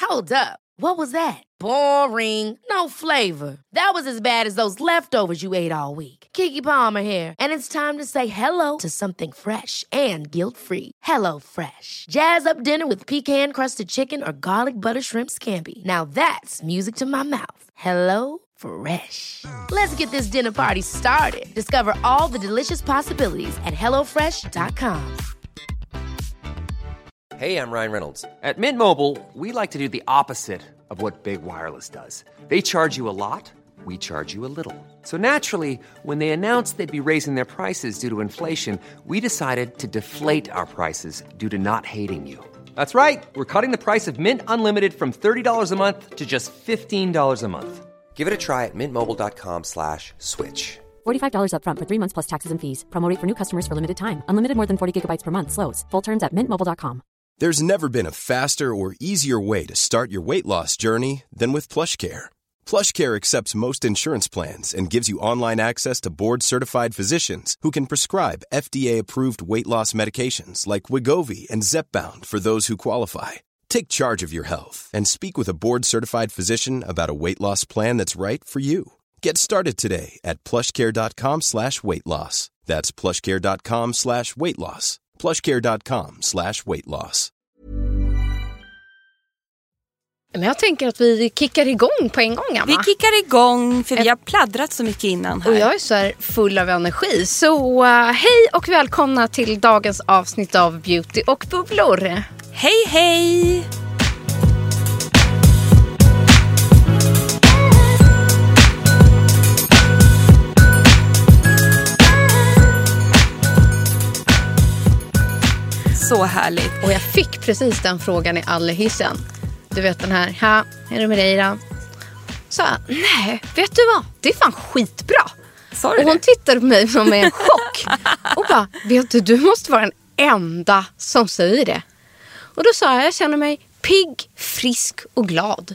Hold up. What was that? Boring. No flavor. That was as bad as those leftovers you ate all week. Keke Palmer here, and it's time to say hello to something fresh and guilt-free. Hello Fresh. Jazz up dinner with pecan-crusted chicken or garlic butter shrimp scampi. Now that's music to my mouth. Hello Fresh. Let's get this dinner party started. Discover all the delicious possibilities at hellofresh.com. Hey, I'm Ryan Reynolds. At Mint Mobile, we like to do the opposite of what Big Wireless does. They charge you a lot, we charge you a little. So naturally, when they announced they'd be raising their prices due to inflation, we decided to deflate our prices due to not hating you. That's right. We're cutting the price of Mint Unlimited from $30 a month to just $15 a month. Give it a try at mintmobile.com/switch. $45 up front for 3 months plus taxes and fees. Promo rate for new customers for limited time. Unlimited more than 40 gigabytes per month. Slows full terms at mintmobile.com. There's never been a faster or easier way to start your weight loss journey than with PlushCare. PlushCare accepts most insurance plans and gives you online access to board-certified physicians who can prescribe FDA-approved weight loss medications like Wegovy and Zepbound for those who qualify. Take charge of your health and speak with a board-certified physician about a weight loss plan that's right for you. Get started today at plushcare.com/weightloss. That's plushcare.com/weightloss. plushcare.com/weightloss. Men jag tänker att vi kickar igång på en gång, Anna. Vi kickar igång, för vi har pladdrat så mycket innan här. Och jag är så här full av energi. Så hej och välkomna till dagens avsnitt av Beauty och bubblor. Hej, hej! Så härligt. Och jag fick precis den frågan i Allehissen. Du vet den här, är det med dig då? Så nej, vet du vad? Det är fan skitbra. Sorry. Och hon tittade på mig som med en chock. Och bara, vet du måste vara den enda som säger det. Och då sa jag känner mig pigg, frisk och glad.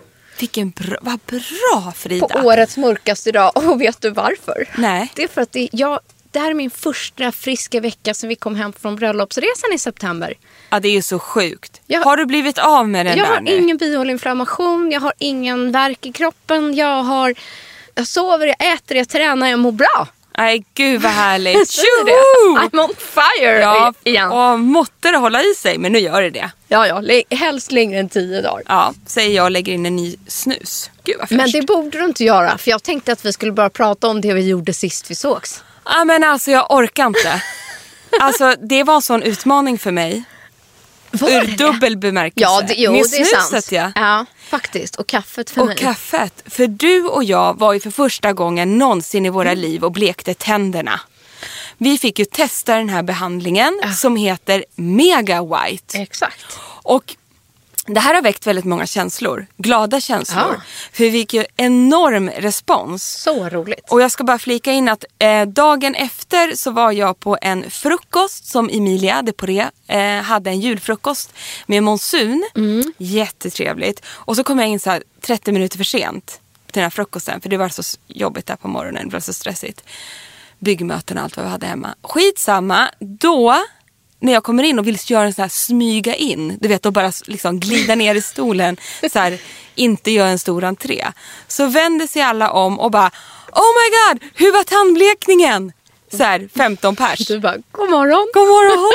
Vad bra, Frida. På årets mörkaste dag. Och vet du varför? Nej. Det är för att det här är min första friska vecka sen vi kom hem från bröllopsresan i september. Ja, det är ju så sjukt. Har du blivit av med den jag där har nu? ingen bihåleinflammation, jag har ingen värk i kroppen, jag sover, jag äter, jag tränar, jag mår bra. Nej, gud vad härligt. I'm on fire igen. Och måtte det hålla i sig, men nu gör det. Ja, helst längre än 10 dagar. Ja, säger jag lägger in en ny snus. Gud vad fräscht. Men det borde du inte göra, för jag tänkte att vi skulle bara prata om det vi gjorde sist vi sågs. Ja, men alltså jag orkar inte. Alltså det var en sån utmaning för mig. Ur dubbel bemärkelse. Ja, det är sant. Ja, faktiskt. Och kaffet för mig. Och kaffet. För du och jag var ju för första gången någonsin i våra liv och blekte tänderna. Vi fick ju testa den här behandlingen som heter Mega White. Exakt. Och det här har väckt väldigt många känslor. Glada känslor. Ja. För vi fick ju enorm respons. Så roligt. Och jag ska bara flika in att dagen efter så var jag på en frukost som Emilia de Poré hade en julfrukost med monsun. Jättetrevligt. Och så kom jag in så här 30 minuter för sent till den här frukosten. För det var så jobbigt där på morgonen. Det var så stressigt. Byggmöten och allt vad vi hade hemma. Skitsamma. Då när jag kommer in och vill göra en sån här smyga in, du vet, och bara liksom glida ner i stolen, så här, inte göra en stor entré, så vänder sig alla om och bara, oh my god, hur var tandblekningen? Så här, 15 pers. Du bara, god morgon. God morgon.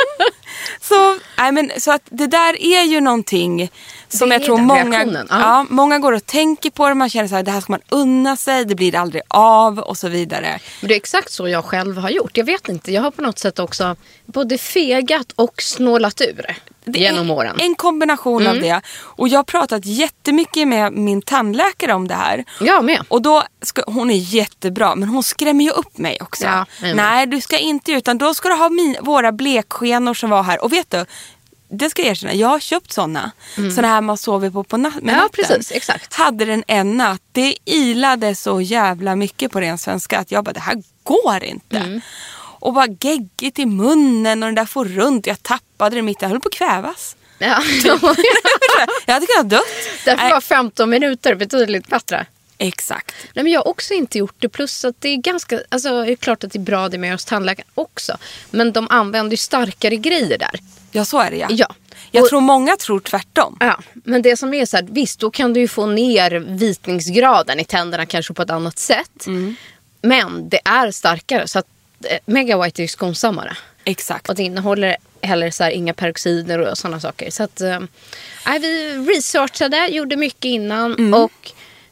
Så att det där är ju någonting som jag tror många går och tänker på det. Man känner så här, det här ska man unna sig, det blir aldrig av och så vidare. Men det är exakt så jag själv har gjort. Jag vet inte, jag har på något sätt också både fegat och snålat ur genom åren. En kombination av det. Och jag har pratat jättemycket med min tandläkare om det här. Jag med. Och då hon är jättebra, men hon skrämmer ju upp mig också. Ja, nej, du ska inte, utan då ska du ha våra blekskenor som var här. Och vet du, det ska jag erkänna, jag har köpt såna här man sover på natten. Ja, precis, exakt. Hade den en natt, det ilade så jävla mycket på ren svenska att jag bara, det här går inte. Och bara geggigt i munnen och den där får runt. Jag tappade det mitt, jag höll på att kvävas. Ja. Jag hade kunnat dött. Därför var 15 minuter betydligt bättre. Exakt. Nej, men jag har också inte gjort det. Plus att det är ganska, alltså det är klart att det är bra det med oss tandläkare också. Men de använder ju starkare grejer där. Ja, så är det ja. Jag tror många tror tvärtom. Ja, men det som är så här, visst då kan du ju få ner vitningsgraden i tänderna kanske på ett annat sätt. Men det är starkare så att Mega White är ju skonsammare. Exakt. Och det innehåller heller så här inga peroxider och sådana saker. Så att vi researchade, gjorde mycket innan och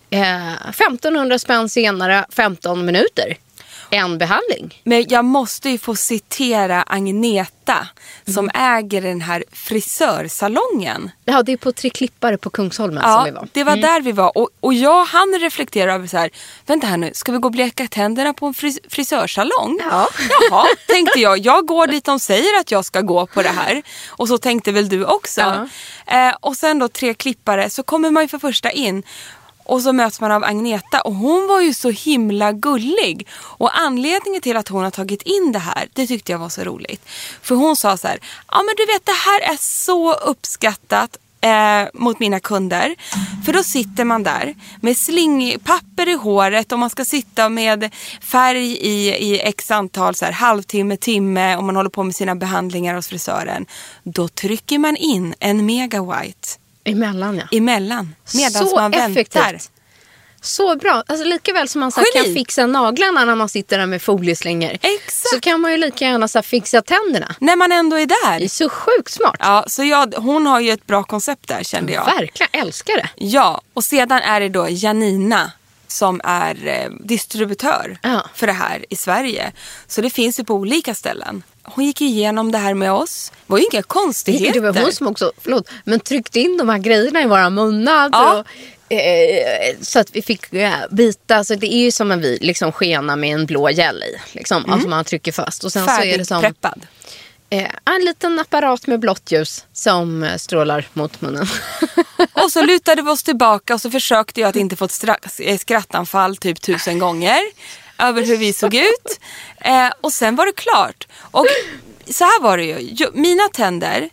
1500 spänn senare, 15 minuter. En behandling. Men jag måste ju få citera Agneta som äger den här frisörsalongen. Ja, det är på Tre Klippare på Kungsholmen som vi var. Det var där vi var. Och jag hann reflektera över så här, vänta här nu, ska vi gå och bleka tänderna på en frisörsalong? Ja. Jaha, tänkte jag. Jag går dit de säger att jag ska gå på det här. Och så tänkte väl du också. Ja. Och sen då Tre Klippare så kommer man ju för första in. Och så möts man av Agneta och hon var ju så himla gullig. Och anledningen till att hon har tagit in det här, det tyckte jag var så roligt. För hon sa så här, ja men du vet det här är så uppskattat mot mina kunder. För då sitter man där med slingpapper i håret och man ska sitta med färg i x antal så här, halvtimme, timme och man håller på med sina behandlingar hos frisören. Då trycker man in en Mega White. Emellan, ja. Emellan, medan så man effektivt. väntar. Så bra. Alltså lika väl som man så kan fixa naglarna när man sitter där med folieslingor. Exakt. Så kan man ju lika gärna så fixa tänderna. När man ändå är där. Det är så sjukt smart. Ja, så hon har ju ett bra koncept där kände jag. Verkligen, älskar det. Ja, och sedan är det då Janina som är distributör för det här i Sverige. Så det finns ju på olika ställen. Hon gick igenom det här med oss. Det var ju inga konstigheter. Det var hon som också, men tryckte in de här grejerna i våra munnar. Ja. Så att vi fick bita. Så det är ju som en liksom skena med en blå gel i. Liksom, alltså man trycker fast. Och sen så är det som preppad. En liten apparat med blått ljus som strålar mot munnen. Och så lutade vi oss tillbaka och så försökte jag att inte få ett skrattanfall typ 1000 gånger över hur vi såg ut. Och sen var det klart. Och så här var det ju. Mina tänder,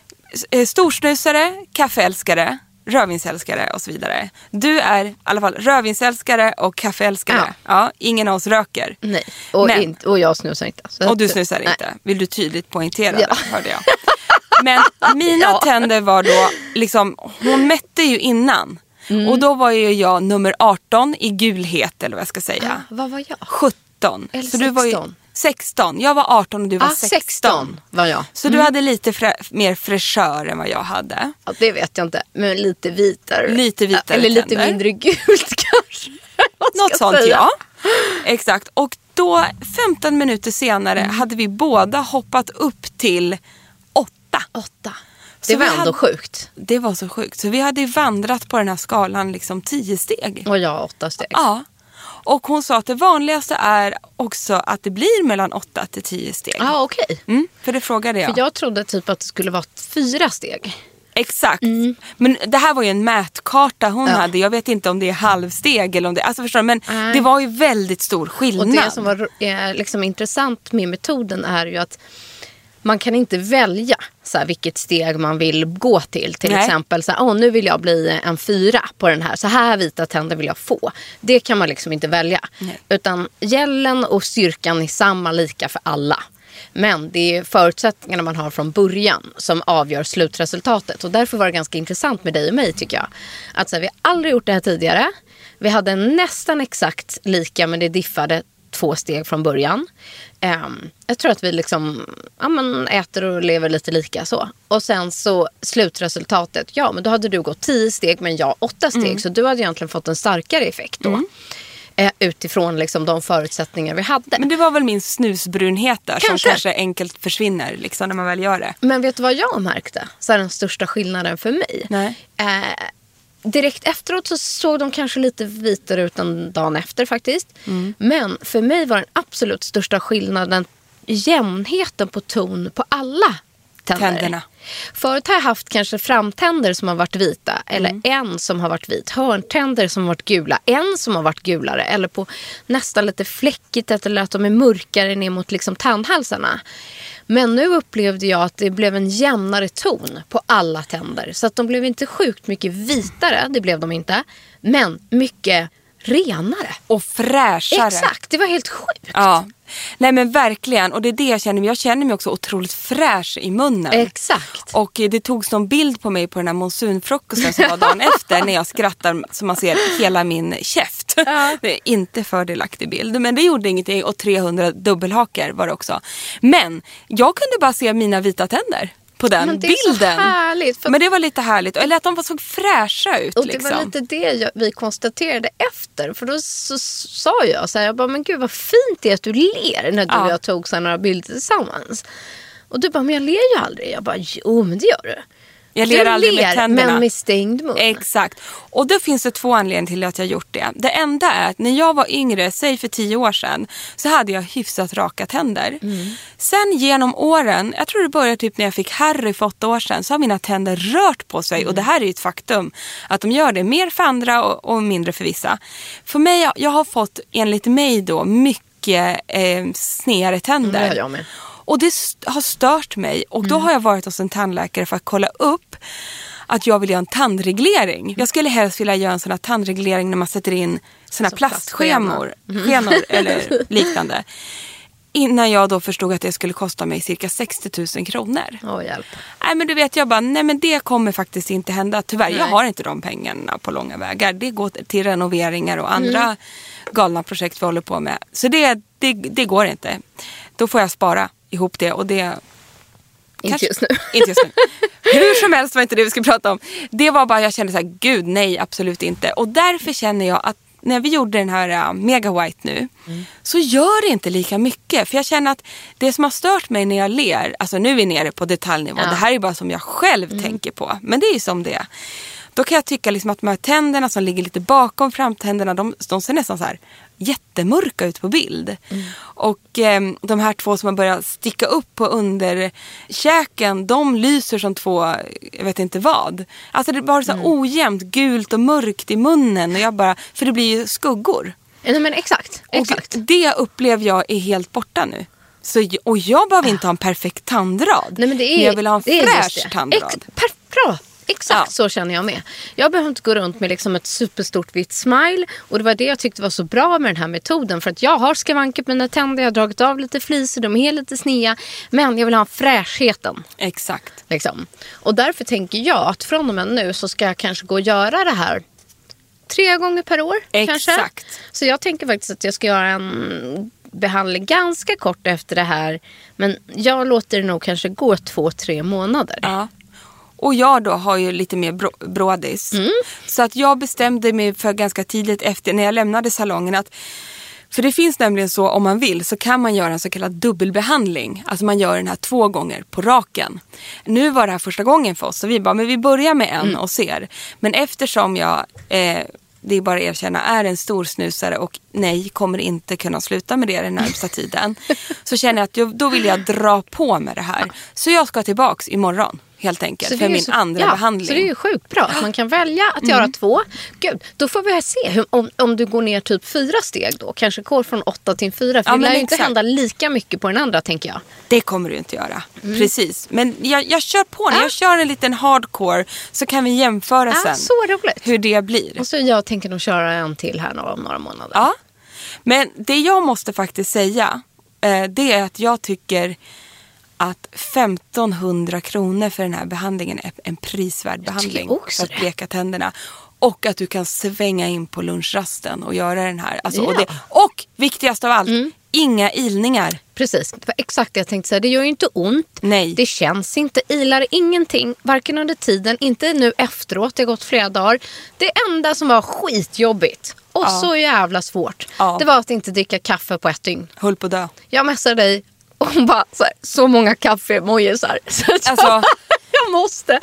storsnusare, kaffeälskare, rödvinsälskare och så vidare. Du är i alla fall rödvinsälskare och kaffeälskare. Ja, ingen av oss röker. Nej, och jag snusar inte. Och du snusar inte. Vill du tydligt poängtera det, hörde jag. Men mina tänder var då liksom, hon mätte ju innan. Och då var ju jag nummer 18 i gulhet eller vad jag ska säga. Vad var jag? 17. Eller så du var ju 16. Jag var 18 och du var 16 var jag. Så du hade lite mer fräschör än vad jag hade. Ja, det vet jag inte. Men lite vitare. Lite vitare eller lite tänder. mindre gult kanske. Något sånt, ja. Exakt. Och då 15 minuter senare hade vi båda hoppat upp till 8. Det var ändå sjukt. Det var så sjukt. Så vi hade vandrat på den här skalan liksom 10 steg. Och jag 8 steg. Ja. Och hon sa att det vanligaste är också att det blir mellan 8 till 10 steg. Ja, okej. För det frågade jag. För jag trodde typ att det skulle vara 4 steg. Exakt. Men det här var ju en mätkarta hon hade. Jag vet inte om det är halvsteg eller om det... Alltså förstår du? Men det var ju väldigt stor skillnad. Och det som var liksom intressant med metoden är ju att man kan inte välja så här, vilket steg man vill gå till. Till exempel så här, nu vill jag bli en 4 på den här. Så här vita tänder vill jag få. Det kan man liksom inte välja. Nej. Utan gällen och styrkan är samma lika för alla. Men det är förutsättningarna man har från början som avgör slutresultatet. Och därför var det ganska intressant med dig och mig tycker jag. Att så här, vi har aldrig gjort det här tidigare. Vi hade nästan exakt lika men det diffade 2 steg från början. Jag tror att vi liksom äter och lever lite lika så. Och sen så slutresultatet, men då hade du gått 10 steg men jag 8 steg. Så du hade egentligen fått en starkare effekt då. Utifrån liksom de förutsättningar vi hade. Men det var väl min snusbrunhet där som kanske enkelt försvinner liksom, när man väl gör det. Men vet du vad jag märkte? Så är den största skillnaden för mig. Nej. Direkt efteråt så såg de kanske lite vitare ut än dagen efter faktiskt. Men för mig var den absolut största skillnaden jämnheten på ton på alla tänderna. Förut har jag haft kanske framtänder som har varit vita. Eller en som har varit vit. Hörntänder som har varit gula. En som har varit gulare. Eller på nästan lite fläckigt. Eller att de är mörkare ner mot liksom tandhalsarna. Men nu upplevde jag att det blev en jämnare ton på alla tänder. Så att de blev inte sjukt mycket vitare. Det blev de inte. Men mycket renare. Och fräschare. Exakt, det var helt sjukt. Ja. Nej men verkligen, och det är det jag känner mig. Jag känner mig också otroligt fräsch i munnen. Exakt. Och det togs någon bild på mig på den här monsunfrukosten som var dagen efter när jag skrattar så man ser hela min käft. Ja. Det är inte fördelaktig bild, men det gjorde ingenting. Och 300 dubbelhaker var det också. Men jag kunde bara se mina vita tänder på den bilden. Det är så härligt. Men det var lite härligt. Eller att de såg fräscha ut. Och det var lite det vi konstaterade efter. För då så sa jag så här, jag bara, men gud vad fint det är att du ler när du och jag tog så några bilder tillsammans. Och du bara, men jag ler ju aldrig. Jag bara, jo men det gör du. Jag ler aldrig med tänderna. Men med stängd mun. Exakt. Och då finns det 2 anledningar till att jag gjort det. Det enda är att när jag var yngre, säg för 10 år sedan, så hade jag hyfsat raka tänder. Sen genom åren, jag tror det började typ när jag fick Harry för 8 år sedan, så har mina tänder rört på sig. Och det här är ju ett faktum. Att de gör det mer för andra och mindre för vissa. För mig, jag har fått enligt mig då mycket snedare tänder. Det jag med. Och det har stört mig. Och då har jag varit hos en tandläkare för att kolla upp att jag vill göra en tandreglering. Jag skulle helst vilja göra en sån här tandreglering när man sätter in såna här plastskemor eller liknande. Innan jag då förstod att det skulle kosta mig cirka 60 000 kronor. Hjälp. Nej men du vet, jag bara, nej men det kommer faktiskt inte hända. Tyvärr, jag har inte de pengarna på långa vägar. Det går till renoveringar och andra galna projekt vi håller på med. Så det går inte. Då får jag spara ihop det och det... Inte just nu. Inte just nu. Hur som helst var inte det vi ska prata om. Det var bara, jag kände så här, gud nej, absolut inte. Och därför känner jag att när vi gjorde den här Mega White nu, så gör det inte lika mycket. För jag känner att det som har stört mig när jag ler, alltså nu är vi nere på detaljnivå. Det här är bara som jag själv tänker på. Men det är ju som det är. Då kan jag tycka liksom att de här tänderna som ligger lite bakom framtänderna, de ser nästan så här jättemörka ut på bild. Och de här 2 som har börjat sticka upp på underkäken, de lyser som 2, jag vet inte vad. Alltså det är bara så ojämnt gult och mörkt i munnen. Och jag bara, för det blir ju skuggor. Nej men exakt. Och det upplever jag är helt borta nu. Och jag behöver inte ha en perfekt tandrad. Nej, men jag vill ha en fräsch tandrad. Bra. Exakt så känner jag med. Jag behöver inte gå runt med liksom ett superstort vitt smile. Och det var det jag tyckte var så bra med den här metoden. För att jag har skavanker på mina tänder. Jag har dragit av lite fliser. De är helt lite snea. Men jag vill ha fräschheten. Exakt. Liksom. Och därför tänker jag att från och med nu så ska jag kanske gå och göra det här 3 gånger per år. Exakt. Kanske. Så jag tänker faktiskt att jag ska göra en behandling ganska kort efter det här. Men jag låter det nog kanske gå 2-3 månader. Ja. Och jag då har ju lite mer brådis. Så att jag bestämde mig för ganska tidigt efter när jag lämnade salongen att, för det finns nämligen så om man vill så kan man göra en så kallad dubbelbehandling. Alltså man gör den här 2 gånger på raken. Nu var det här första gången för oss så vi bara, men vi börjar med en och ser. Men eftersom jag, det är bara att erkänna, är en stor snusare och nej, kommer inte kunna sluta med det den närmsta tiden. Så känner jag att då vill jag dra på med det här. Så jag ska tillbaks imorgon. Helt enkelt, för min andra behandling. Så det är ju sjukt bra att man kan välja att göra 2. Gud, då får vi se om du går ner typ 4 steg då. Kanske går från 8 till 4. För det lär ju inte hända lika mycket på den andra, tänker jag. Det kommer du inte göra. Precis. Men jag kör på när jag kör en liten hardcore så kan vi jämföra sen så roligt. Hur det blir. Och så jag tänker nog köra en till här om några månader. Ja. Men det jag måste faktiskt säga det är att jag tycker att 1500 kronor för den här behandlingen är en prisvärd behandling för att bleka tänderna. Och att du kan svänga in på lunchrasten och göra den här. Alltså, och viktigast av allt, inga ilningar. Precis, det var exakt det jag tänkte säga. Det gör ju inte ont. Nej. Det känns inte, ilar ingenting. Varken under tiden, inte nu efteråt. Det har gått flera dagar. Det enda som var skitjobbigt och så jävla svårt. Det var att inte dricka kaffe på 1 dygn. Höll på dö. Jag messade dig och hon bara så många kaffemojisar. Alltså, jag måste.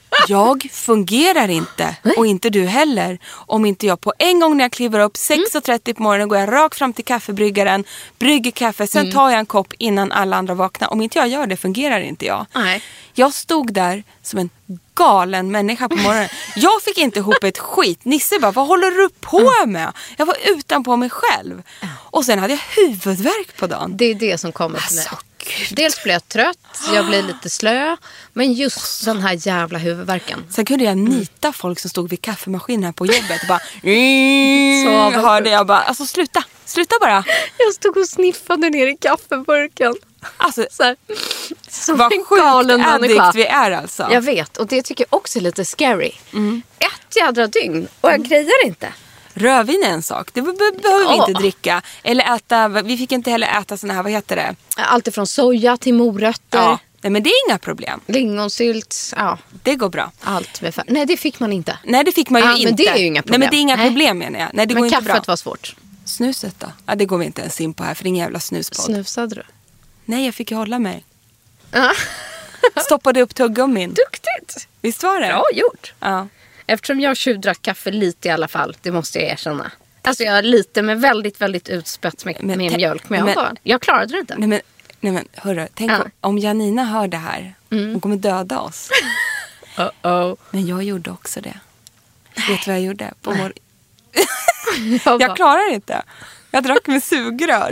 Jag fungerar inte och inte du heller om inte jag på en gång när jag kliver upp 6:30 på morgonen går jag rakt fram till kaffebryggaren, brygger kaffe, sen tar jag en kopp innan alla andra vaknar. Om inte jag gör det fungerar inte jag. Nej. Jag stod där som en galen människa på morgonen. Jag fick inte ihop ett skit. Nisse bara, vad håller du på med? Jag var utanpå mig själv. Och sen hade jag huvudvärk på dagen. Det är det som kommer till mig. Dels blev jag trött, jag blev lite slö. Men just den här jävla huvudvärken. Sen kunde jag nita folk som stod vid kaffemaskinen här på jobbet. Och bara, hörde jag bara, alltså sluta bara. Jag stod och sniffade ner i kaffeburken. Alltså, så här, som vad en galen addict människa. vi är alltså. Jag vet, och det tycker jag också är lite scary. Ett jädra dygn, och jag grejer inte. Rödvin är en sak. Det behöver vi inte dricka. Eller äta, vi fick inte heller äta såna här, vad heter det? Allt ifrån soja till morötter. Ja, nej, men det är inga problem. Lingonsylt, ja. Det går bra. Allt med nej, det fick man inte. Nej, det fick man ju inte. Men det är ju inga problem. Nej, men det är inga problem menar jag. Nej, det men går inte bra. kaffet var svårt. Snuset då? Ja, det går vi inte ens in på här, för det är ingen jävla snuspodd. Snusade du? Nej, jag fick ju hålla mig. Ja. Stoppade upp tuggummin. Duktigt. Visst var det? Bra gjort. Ja. Eftersom jag tjuvdrack kaffe lite i alla fall, det måste jag erkänna. Alltså jag är lite, men väldigt, väldigt utspött med mjölk. Men jag klarade det inte. Nej men hörru, tänk om Janina hör det här. Hon kommer döda oss. Men jag gjorde också det. Vet du vad jag gjorde? På jag klarar inte. Jag drack med sugrör.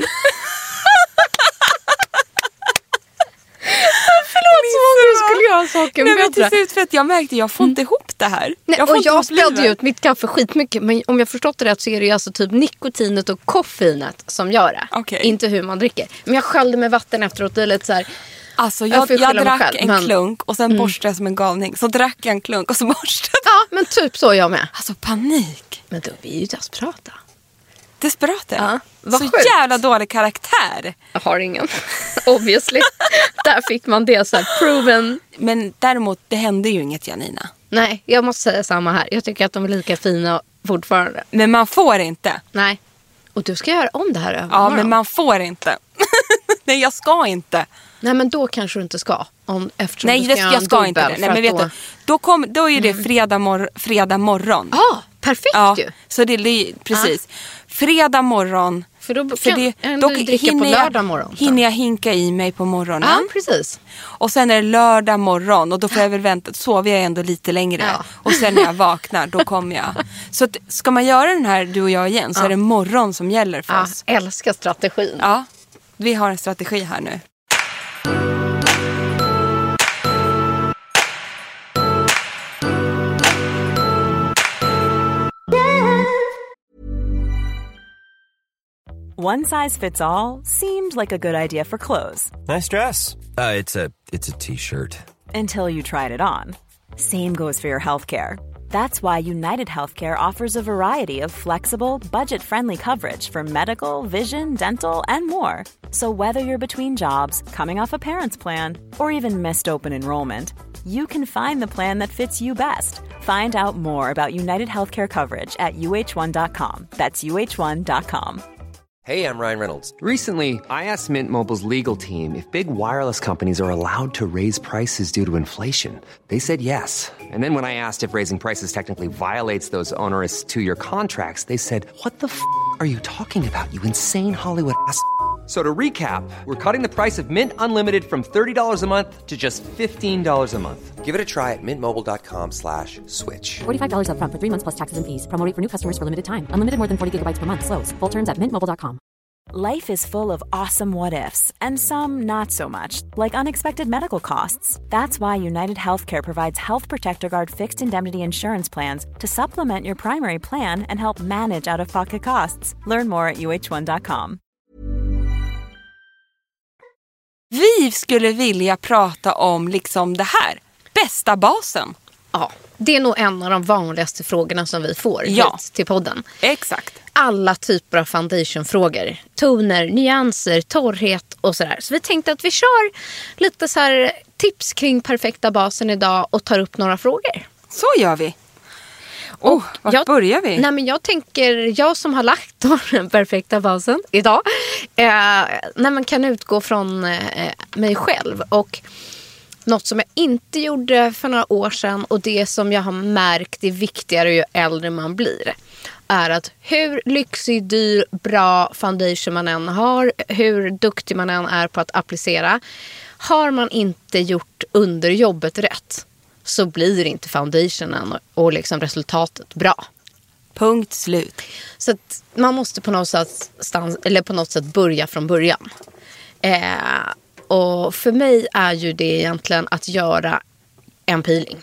Förlåt, som om du skulle göra saken bättre. bättre. Till slut för att jag märkte att jag får inte ihop det här. Nej, jag spädde ut mitt kaffe skitmycket. Men om jag förstått det rätt så är det ju alltså typ nikotinet och koffeinet som gör det. Okay. Inte hur man dricker. Men jag sköljde med vatten efteråt. Det är lite så här. Alltså jag drack en klunk och sen borstade jag som en galning. Så drack jag en klunk och så borstade. Ja, men typ så jag med. Alltså panik. Men då är vi ju desperata. Desperata? Ja, så sjukt. Jävla dålig karaktär. Jag har ingen. Obviously. Där fick man det så här proven. Men däremot, det hände ju inget, Janina. Nej, jag måste säga samma här. Jag tycker att de är lika fina fortfarande. Men man får inte. Nej. Och du ska göra om det här över Ja, men man får inte. Nej, jag ska inte. Nej, men då kanske du inte ska. Eftersom nej, jag ska inte det. Nej, men vet du, då är det fredag morgon. Ja, perfekt ju. Så det är precis. Fredag morgon. För då dricka på lördag morgon. Hinner jag hinka i mig på morgonen. Ja, precis. Och sen är det lördag morgon. Och då får jag väl vänta. Sover jag ändå lite längre. Ja. Och sen när jag vaknar, då kommer jag. Så ska man göra den här, du och jag igen, så är det morgon som gäller för oss. Älskar strategin. Ja, vi har en strategi här nu. One size fits all seemed like a good idea for clothes. Nice dress. It's a t-shirt. Until you tried it on. Same goes for your healthcare. That's why United Healthcare offers a variety of flexible, budget-friendly coverage for medical, vision, dental, and more. So whether you're between jobs, coming off a parent's plan, or even missed open enrollment, you can find the plan that fits you best. Find out more about United Healthcare coverage at uh1.com. That's uh1.com. Hey, I'm Ryan Reynolds. Recently, I asked Mint Mobile's legal team if big wireless companies are allowed to raise prices due to inflation. They said yes. And then when I asked if raising prices technically violates those onerous two-year contracts, they said, "What the f*** are you talking about, you insane Hollywood ass?" So to recap, we're cutting the price of Mint Unlimited from $30 a month to just $15 a month. Give it a try at mintmobile.com/switch. $45 up front for 3 months plus taxes and fees. Promo rate for new customers for limited time. Unlimited more than 40 gigabytes per month. Slows full terms at mintmobile.com. Life is full of awesome what-ifs, and some not so much, like unexpected medical costs. That's why United Healthcare provides Health Protector Guard fixed indemnity insurance plans to supplement your primary plan and help manage out-of-pocket costs. Learn more at uh1.com. Vi skulle vilja prata om liksom det här. Bästa basen. Ja, det är nog en av de vanligaste frågorna som vi får hit till podden. Exakt. Alla typer av foundationfrågor. Toner, nyanser, torrhet och sådär. Så vi tänkte att vi kör lite så här tips kring perfekta basen idag och tar upp några frågor. Så gör vi. Vart börjar vi? Nej, men jag tänker, jag som har lagt den perfekta basen idag, när man kan utgå från mig själv. Och något som jag inte gjorde för några år sedan, och det som jag har märkt är viktigare ju äldre man blir, är att hur lyxig, dyr, bra foundation man än har, hur duktig man än är på att applicera, har man inte gjort underjobbet rätt, så blir inte foundationen och liksom resultatet bra. Punkt slut. Så att man måste på något sätt börja från början. Och för mig är ju det egentligen att göra en peeling.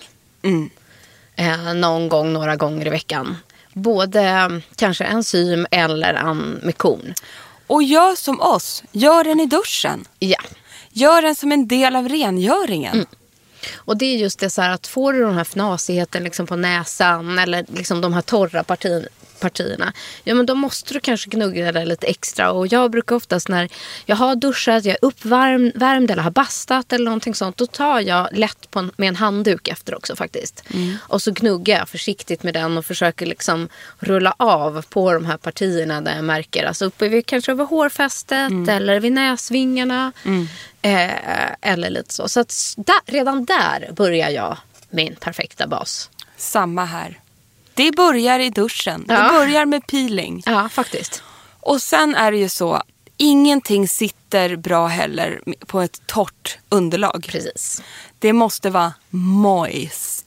Någon gång, några gånger i veckan. Både kanske enzym eller en med korn. Och gör som oss. Gör den i duschen. Ja. Gör den som en del av rengöringen. Och det är just det så här att får du den här fnasigheten liksom på näsan eller liksom de här torra partierna, ja men då måste du kanske gnugga det lite extra. Och jag brukar oftast när jag har duschat, jag är uppvärmd eller har bastat eller någonting sånt, då tar jag lätt med en handduk efter också faktiskt. Och så gnuggar jag försiktigt med den och försöker liksom rulla av på de här partierna där jag märker, alltså uppe kanske över hårfästet eller vid näsvingarna eller lite så. Så att redan där börjar jag min perfekta bas. Samma här. Det börjar i duschen. Det börjar med peeling. Ja, faktiskt. Och sen är det ju så, ingenting sitter bra heller på ett torrt underlag. Precis. Det måste vara moist.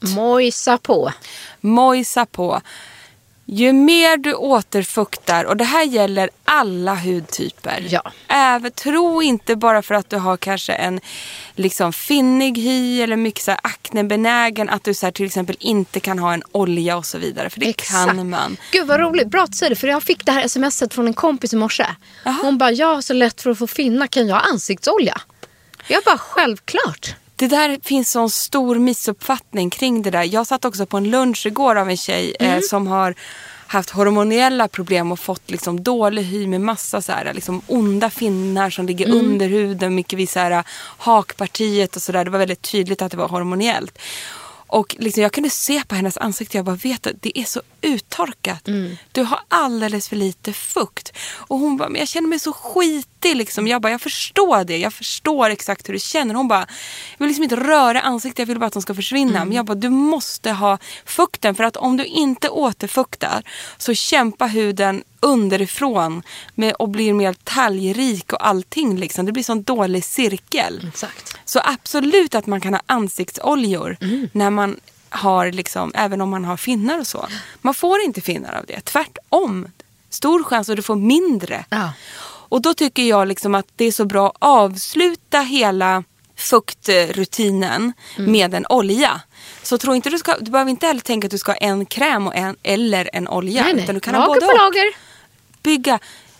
Mojsa på. Ju mer du återfuktar, och det här gäller alla hudtyper. Ja. Tro inte bara för att du har kanske en liksom finnig hy eller mycket så här aknebenägen att du så här, till exempel inte kan ha en olja och så vidare. För det kan man. Gud vad roligt, bra att säga det. För jag fick det här smset från en kompis i morse. Hon bara, jag har så lätt för att få finna, kan jag ha ansiktsolja? Jag bara, självklart. Det där finns sån stor missuppfattning kring det där. Jag satt också på en lunch igår av en tjej som har haft hormoniella problem och fått liksom dålig hy med massa så här, liksom onda finnar som ligger under huden, mycket vid så här hakpartiet och sådär. Det var väldigt tydligt att det var hormoniellt. Och liksom, jag kunde se på hennes ansikte, jag bara vet att det är så uttorkat. Du har alldeles för lite fukt. Och hon bara, men jag känner mig så skitig liksom. Jag bara, jag förstår det. Jag förstår exakt hur du känner. Hon bara, jag vill liksom inte röra ansiktet, jag vill bara att de ska försvinna. Men jag bara, du måste ha fukten. För att om du inte återfuktar så kämpar huden underifrån med och blir mer talgrik och allting liksom. Det blir sån dålig cirkel. Exakt. Så absolut att man kan ha ansiktsoljor när man har liksom, även om man har finnar och så. Man får inte finnar av det. Tvärtom. Stor chans att du får mindre. Ja. Och då tycker jag liksom att det är så bra att avsluta hela fuktrutinen med en olja. Så tror inte du behöver inte heller tänka att du ska ha en kräm och eller en olja. Nej. Utan du kan lager ha både på lager. Bygga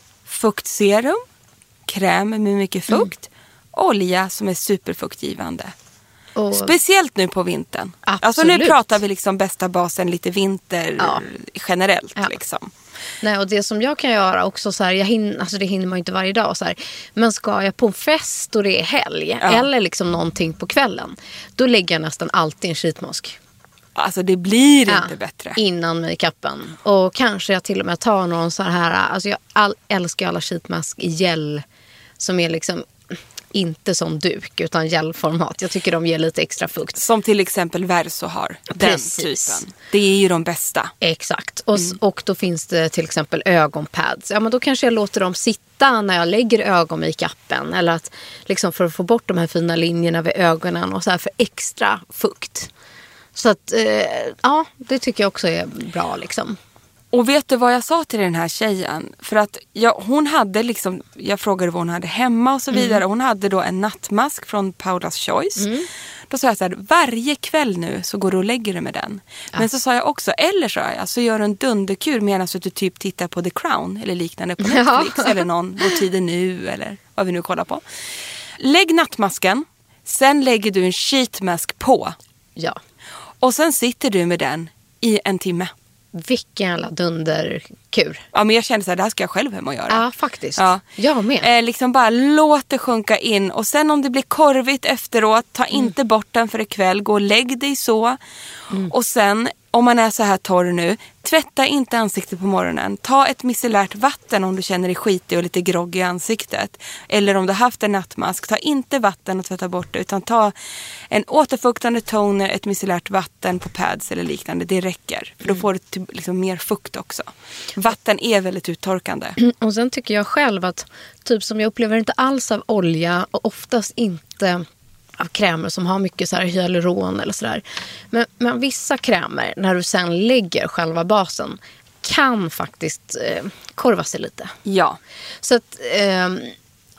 fuktserum, kräm med mycket fukt, olja som är superfuktgivande. Och speciellt nu på vintern. Absolut. Alltså nu pratar vi liksom bästa basen lite vinter generellt liksom. Nej, och det som jag kan göra också så här, alltså det hinner man ju inte varje dag så här, men ska jag på en fest och det är helg eller liksom någonting på kvällen, då lägger jag nästan alltid en sheetmask. Alltså det blir inte bättre. Innan makeupen. Och kanske jag till och med tar någon så här, alltså jag älskar alla sheetmask i gel som är liksom inte som duk utan gelformat. Jag tycker de ger lite extra fukt. Som till exempel Verso har. Den typen. Det är ju de bästa. Exakt. Och då finns det till exempel ögonpads. Ja, men då kanske jag låter dem sitta när jag lägger ögonmakeupen. Eller att liksom för att få bort de här fina linjerna vid ögonen och så här för extra fukt. Så att ja, det tycker jag också är bra liksom. Och vet du vad jag sa till den här tjejen? För att hon hade liksom, jag frågade vad hon hade hemma och så vidare. Hon hade då en nattmask från Paula's Choice. Då sa jag så här, varje kväll nu så går du och lägger dig med den. Ja. Men så sa jag också, eller så gör en dunderkur medan du typ tittar på The Crown eller liknande på Netflix. Eller någon, Vår tid är nu eller vad vi nu kollar på. Lägg nattmasken, sen lägger du en sheetmask på. Ja. Och sen sitter du med den i en timme. Vilken jävla dunderkur. Ja, men jag kände så här, det här ska jag själv hem och göra. Ja, faktiskt. Ja. Jag med. Liksom bara låt det sjunka in. Och sen om det blir korvigt efteråt, ta inte bort den för ikväll. Gå och lägg dig så. Och sen, om man är så här torr nu, tvätta inte ansiktet på morgonen. Ta ett micellärt vatten om du känner dig skitig och lite grogg i ansiktet. Eller om du har haft en nattmask, ta inte vatten och tvätta bort det. Utan ta en återfuktande toner, ett micellärt vatten på pads eller liknande. Det räcker. För då får du typ liksom mer fukt också. Vatten är väldigt uttorkande. Och sen tycker jag själv att typ som jag upplever inte alls av olja och oftast inte av krämer som har mycket så här hyaluron eller sådär. Men vissa krämer, när du sen lägger själva basen, kan faktiskt korva sig lite. Ja. Så att,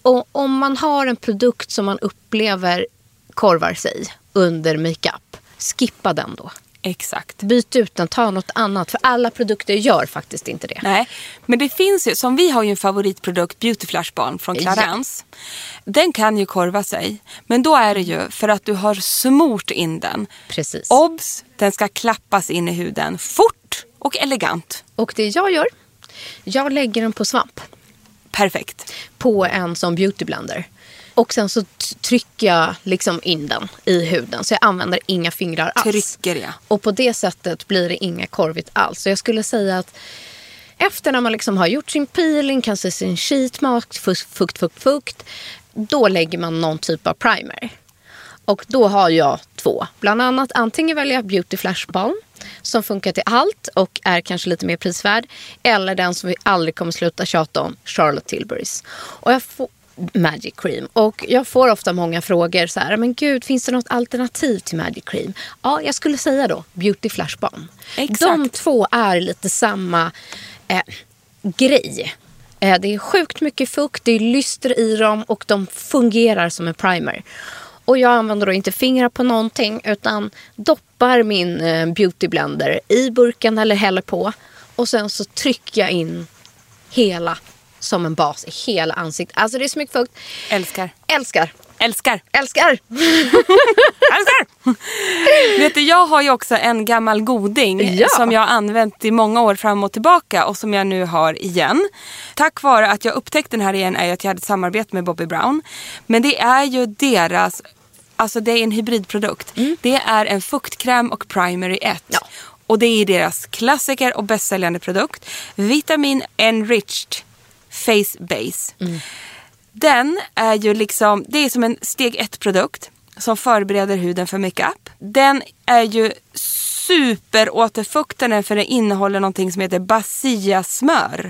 Och om man har en produkt som man upplever korvar sig under makeup, skippa den då. Exakt. Byt ut den, ta något annat. För alla produkter gör faktiskt inte det. Nej, men det finns ju, som vi har ju en favoritprodukt, Beauty Flash Balm från Clarins. Ja. Den kan ju korva sig. Men då är det ju för att du har smort in den. Precis. Obs, den ska klappas in i huden fort och elegant. Och det jag gör, jag lägger den på svamp. Perfekt. På en sån beauty blender. Och sen så trycker jag liksom in den i huden. Så jag använder inga fingrar alls. Trycker jag. Och på det sättet blir det inga korvigt alls. Så jag skulle säga att efter när man liksom har gjort sin peeling, kanske sin sheet mask, fukt. Då lägger man någon typ av primer. Och då har jag 2. Bland annat antingen väljer jag Beauty Flash Balm som funkar till allt och är kanske lite mer prisvärd. Eller den som vi aldrig kommer sluta tjata om, Charlotte Tilburys. Och jag får Magic Cream. Och jag får ofta många frågor så här, men gud, finns det något alternativ till Magic Cream? Ja, jag skulle säga då Beauty Flash Balm. Exakt. De 2 är lite samma grej. Det är sjukt mycket fukt, det är lyster i dem och de fungerar som en primer. Och jag använder då inte fingrar på någonting utan doppar min beauty blender i burken eller häller på. Och sen så trycker jag in hela som en bas i hela ansiktet. Alltså det är så mycket fukt. Älskar. Vet du, jag har ju också en gammal goding som jag har använt i många år fram och tillbaka och som jag nu har igen. Tack vare att jag upptäckte den här igen är att jag hade ett samarbete med Bobbi Brown. Men det är ju deras, alltså det är en hybridprodukt. Det är en fuktkräm och primer i ett. Ja. Och det är deras klassiker och bästsäljande produkt. Vitamin Enriched Face Base. Den är ju liksom, det är som en steg 1-produkt som förbereder huden för makeup. Den är ju superåterfuktande för den innehåller någonting som heter Basia-smör.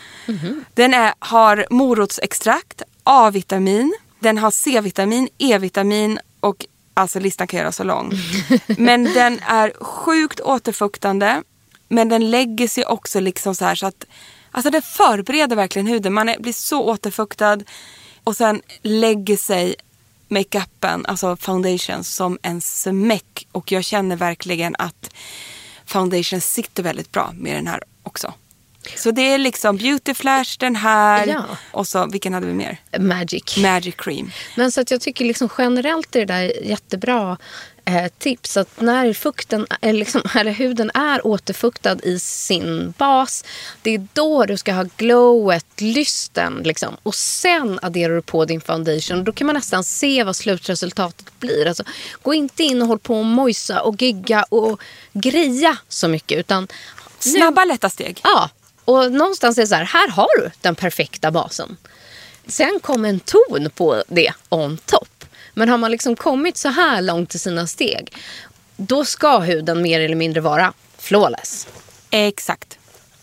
Den har morotsextrakt, A-vitamin, den har C-vitamin, E-vitamin och alltså listan kan göra så lång. Men den är sjukt återfuktande, men den lägger sig också liksom så här så att alltså det förbereder verkligen huden. Man blir så återfuktad och sen lägger sig makeupen, alltså foundation, som en smäck. Och jag känner verkligen att foundation sitter väldigt bra med den här också. Så det är liksom Beauty Flash, den här och så, vilken hade vi mer? Magic Cream. Men så att jag tycker liksom generellt är det där jättebra tips att när fukten är liksom, eller huden är återfuktad i sin bas, det är då du ska ha glowet, lysten liksom. Och sen adderar du på din foundation. Då kan man nästan se vad slutresultatet blir. Alltså, gå inte in och håll på och mojsa och gigga och greja så mycket utan snabba lätta steg. Ja, och någonstans är det så här har du den perfekta basen. Sen kommer en ton på det on top. Men har man liksom kommit så här långt till sina steg, då ska huden mer eller mindre vara flawless. Exakt.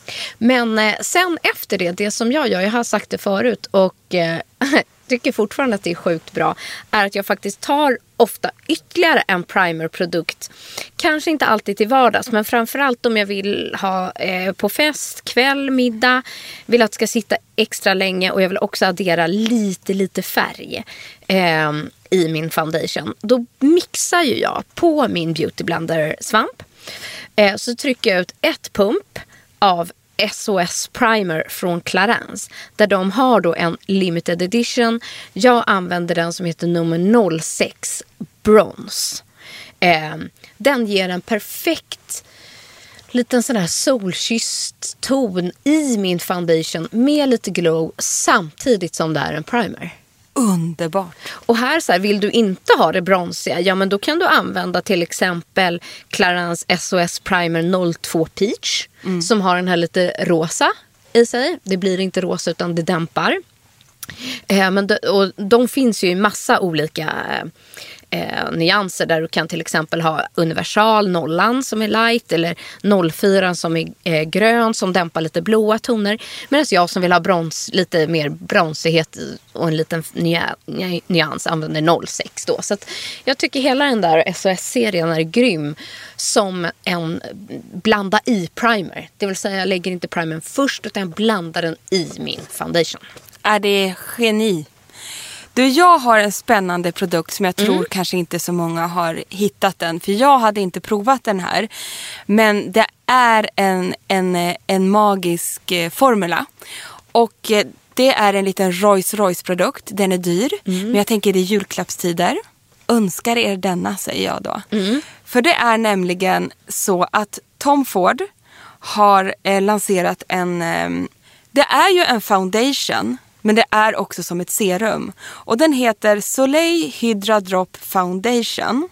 Men sen efter det som jag gör, jag har sagt det förut och tycker fortfarande att det är sjukt bra, är att jag faktiskt tar ofta ytterligare en primerprodukt. Kanske inte alltid till vardags, men framförallt om jag vill ha på fest, kväll, middag, vill att det ska sitta extra länge och jag vill också addera lite färg i min foundation. Då mixar ju jag på min beauty blender svamp. Så trycker jag ut ett pump av SOS Primer från Clarins. Där de har då en limited edition. Jag använder den som heter nummer 06 Bronze. Den ger en perfekt liten sån här solkysst ton i min foundation med lite glow samtidigt som det är en primer. Underbart. Och här så här, vill du inte ha det bronsiga, ja men då kan du använda till exempel Clarins SOS Primer 02 Peach som har den här lite rosa i sig. Det blir inte rosa utan det dämpar. Och de finns ju i massa olika nyanser där du kan till exempel ha universal 0 som är light eller 04 som är grön som dämpar lite blåa toner, medan jag som vill ha lite mer bronsighet och en liten nyans använder 06 då. Så att jag tycker hela den där SOS-serien är grym som en blanda i primer. Det vill säga jag lägger inte primern först utan jag blandar den i min foundation. Är det geni? Du, jag har en spännande produkt som jag tror kanske inte så många har hittat den. För jag hade inte provat den här. Men det är en magisk formula. Och det är en liten Rolls-Royce-produkt. Den är dyr. Men jag tänker det är julklappstider. Önskar er denna, säger jag då. För det är nämligen så att Tom Ford har lanserat det är ju en foundation, men det är också som ett serum. Och den heter Soleil Hydra Drop Foundation.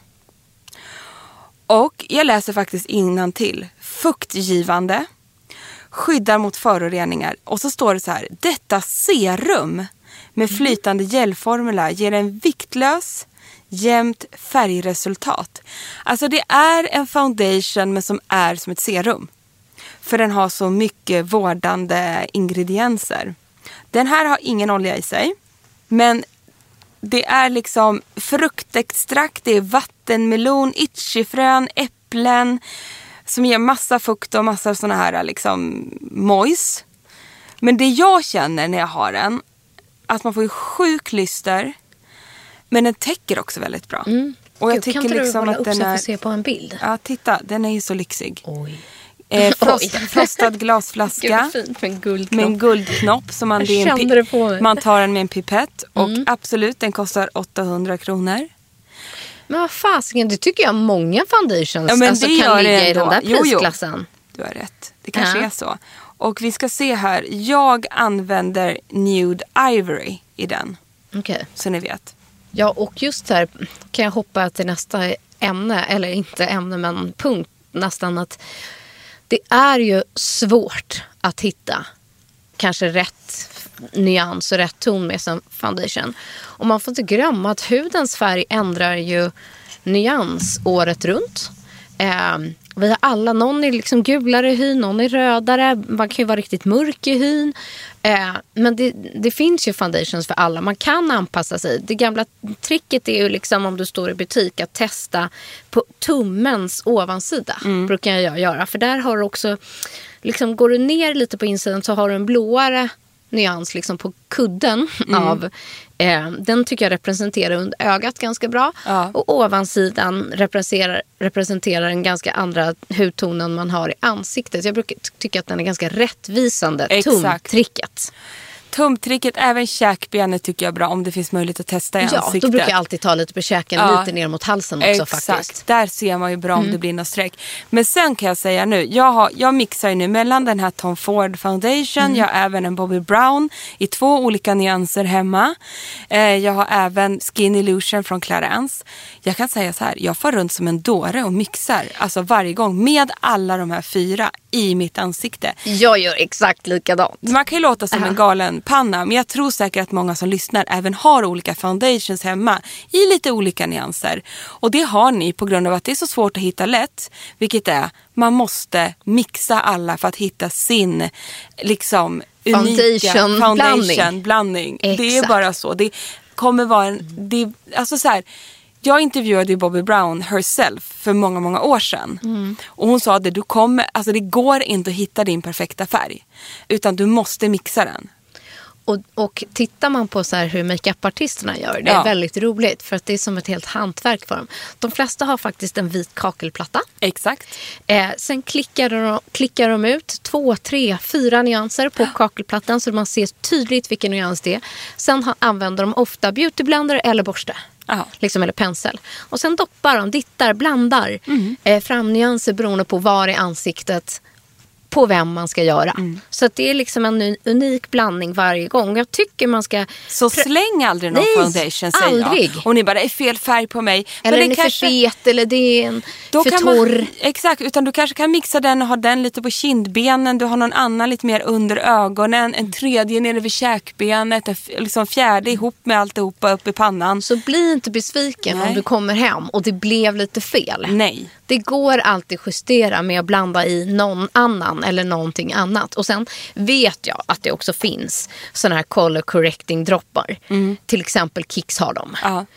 Och jag läser faktiskt innantill. Fuktgivande, skyddar mot föroreningar. Och så står det så här: detta serum med flytande gelformula ger en viktlös, jämnt färgresultat. Alltså det är en foundation men som är som ett serum. För den har så mycket vårdande ingredienser. Den här har ingen olja i sig. Men det är liksom fruktextrakt, det är vattenmelon, itchifrön, äpplen. Som ger massa fukt och massa såna här liksom mojs. Men det jag känner när jag har den, att man får sjuk lyster. Men den täcker också väldigt bra. Och jag tycker kan liksom du hålla att upp den så är... får se på en bild? Ja, titta, den är ju så lyxig. Oj. Frostad glasflaska. Gud, fint med en guldknopp. Med en guldknopp. Som man, Jag kände det på mig. Man tar den med en pipett. Och absolut, den kostar 800 kronor. Men vad fasiken, det tycker jag många foundations Ja, men det kan ligga i den där Jo. prisklassen. Du har rätt. Det kanske är så. Och vi ska se här. Jag använder Nude Ivory i den. Okej. Så ni vet. Ja, och just här kan jag hoppa till nästa ämne. Eller inte ämne, men punkt nästan. Att det är ju svårt att hitta kanske rätt nyans och rätt ton med som foundation. Och man får inte glömma att hudens färg ändrar ju nyans året runt. Vi har alla, någon är liksom gulare i hyn, någon är rödare, man kan ju vara riktigt mörk i hyn. Men det finns ju foundations för alla, man kan anpassa sig. Det gamla tricket är ju liksom om du står i butik att testa på tummens ovansida, brukar jag göra. För där har du också, liksom går du ner lite på insidan så har du en blåare nyans liksom på kudden av den tycker jag representerar under ögat ganska bra. Ja. Och ovansidan representerar en ganska andra hudtonen man har i ansiktet. Jag brukar tycka att den är ganska rättvisande. Tumtricket. Tumtricket, även käkbenet tycker jag är bra om det finns möjlighet att testa i ansiktet. Ja, då brukar jag alltid ta lite på käken, lite ner mot halsen också. Exakt. Faktiskt. Där ser man ju bra om det blir något streck. Men sen kan jag säga nu, jag mixar ju nu mellan den här Tom Ford Foundation, jag har även en Bobbi Brown i 2 olika nyanser hemma. Jag har även Skin Illusion från Clarins. Jag kan säga så här, jag får runt som en dåre och mixar alltså varje gång med alla de här 4 i mitt ansikte. Jag gör exakt likadant. Man kan ju låta som en galen panna, men jag tror säkert att många som lyssnar även har olika foundations hemma i lite olika nyanser. Och det har ni på grund av att det är så svårt att hitta lätt, vilket är, man måste mixa alla för att hitta sin liksom unika foundation-blandning. Det är bara så. Det kommer vara alltså så här, jag intervjuade ju Bobbi Brown herself för många, många år sedan. Och hon sa att det går inte att hitta din perfekta färg. Utan du måste mixa den. Och tittar man på så här hur makeup-artisterna gör, det är väldigt roligt. För att det är som ett helt hantverk för dem. De flesta har faktiskt en vit kakelplatta. Exakt. Sen klickar de ut 2, 3, 4 nyanser på kakelplattan. Så man ser tydligt vilken nyans det är. Sen använder de ofta beautyblender eller borste. Liksom, eller pensel. Och sen doppar de, dittar, blandar fram nyanser beroende på var i ansiktet på vem man ska göra. Så att det är liksom en unik blandning varje gång. Jag tycker man ska... Så släng aldrig någon foundation, säger aldrig. Jag. Och ni bara, det är fel färg på mig. Eller men den är kanske... för fet, eller det är en för torr. Exakt, utan du kanske kan mixa den och ha den lite på kindbenen. Du har någon annan lite mer under ögonen. En tredje nere vid käkbenet. En liksom 4:e ihop med alltihopa upp i pannan. Så bli inte besviken om du kommer hem och det blev lite fel. Nej. Det går alltid justera med att blanda i någon annan eller någonting annat. Och sen vet jag att det också finns såna här color correcting droppar. Till exempel Kicks har dem.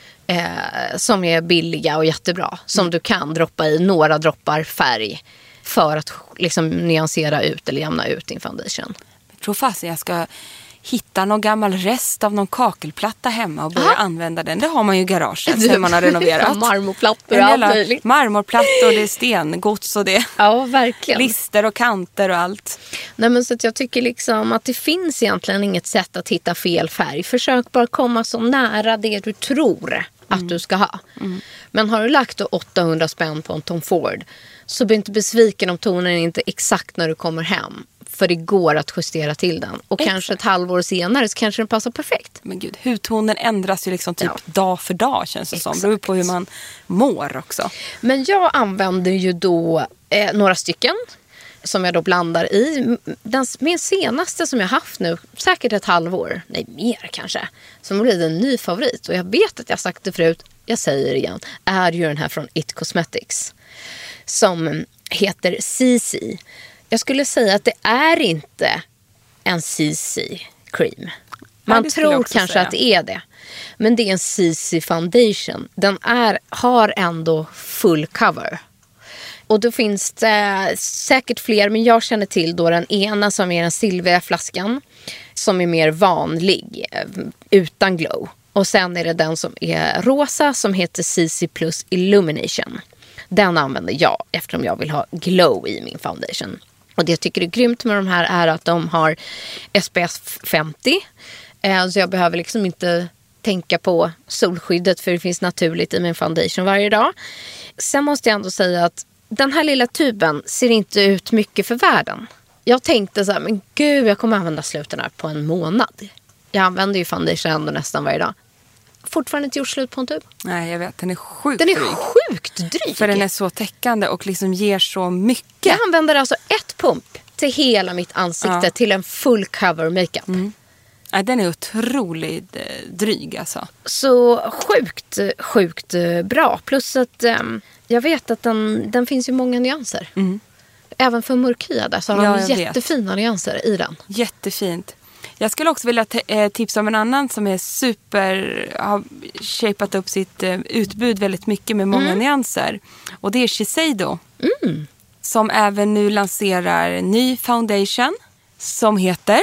Som är billiga och jättebra. Som du kan droppa i några droppar färg för att liksom nyansera ut eller jämna ut din foundation. Jag tror fast hittar någon gammal rest av någon kakelplatta hemma och börjar använda den. Det har man ju i garaget sen man har renoverat. Marmorplattor och allt möjligt. Marmorplattor, det är stengods och det. Ja, verkligen. Lister och kanter och allt. Nej, men så att jag tycker liksom att det finns egentligen inget sätt att hitta fel färg. Försök bara komma så nära det du tror att du ska ha. Men har du lagt 800 spänn på en Tom Ford, så bli inte besviken om tonen är inte exakt när du kommer hem. För det går att justera till den. Och kanske ett halvår senare så kanske den passar perfekt. Men gud, hudtonen ändras ju liksom typ dag för dag, känns det som. Det beror på hur man mår också. Men jag använder ju då några stycken som jag då blandar i. Min senaste som jag haft nu, säkert ett halvår, nej mer kanske, som blir en ny favorit. Och jag vet att jag sagt det förut, jag säger det igen, är ju den här från It Cosmetics som heter CC. Jag skulle säga att det är inte en CC-cream. Man tror kanske att det är det. Men det är en CC foundation. Den har ändå full cover. Och då finns det säkert fler, men jag känner till då den ena som är den silvriga flaskan. Som är mer vanlig, utan glow. Och sen är det den som är rosa som heter CC Plus Illumination. Den använder jag eftersom jag vill ha glow i min foundation. Och det jag tycker är grymt med de här är att de har SPF 50. Så jag behöver liksom inte tänka på solskyddet, för det finns naturligt i min foundation varje dag. Sen måste jag ändå säga att den här lilla tuben ser inte ut mycket för världen. Jag tänkte så här, men gud, jag kommer använda sluten här på en månad. Jag använder ju foundation ändå nästan varje dag. Fortfarande inte gjort slut på en tub. Nej, jag vet. Den är sjukt dryg. Den är sjukt dryg. För den är så täckande och liksom ger så mycket. Jag använder alltså ett pump till hela mitt ansikte till en full cover makeup. Ja, den är otroligt dryg alltså. Så sjukt bra. Plus att jag vet att den finns ju många nyanser. Även för mörkhyade så har de jättefina nyanser i den. Jättefint. Jag skulle också vilja tipsa om en annan som är har shapat upp sitt utbud väldigt mycket med många nyanser. Och det är Shiseido. Som även nu lanserar en ny foundation som heter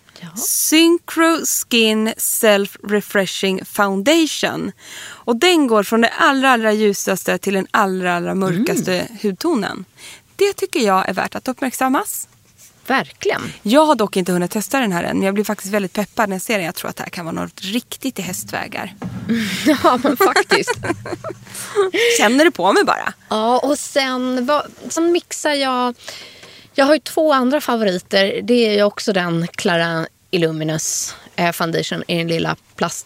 Synchro Skin Self Refreshing Foundation. Och den går från det allra ljusaste till den allra mörkaste hudtonen. Det tycker jag är värt att uppmärksammas. Verkligen. Jag har dock inte hunnit testa den här än, men jag blir faktiskt väldigt peppad när jag ser den. Jag tror att det här kan vara något riktigt i hästvägar. Ja, men faktiskt. Känner du på mig bara? Ja, och sen mixar jag. Jag har ju 2 andra favoriter. Det är ju också den Clara Illuminous foundation i den lilla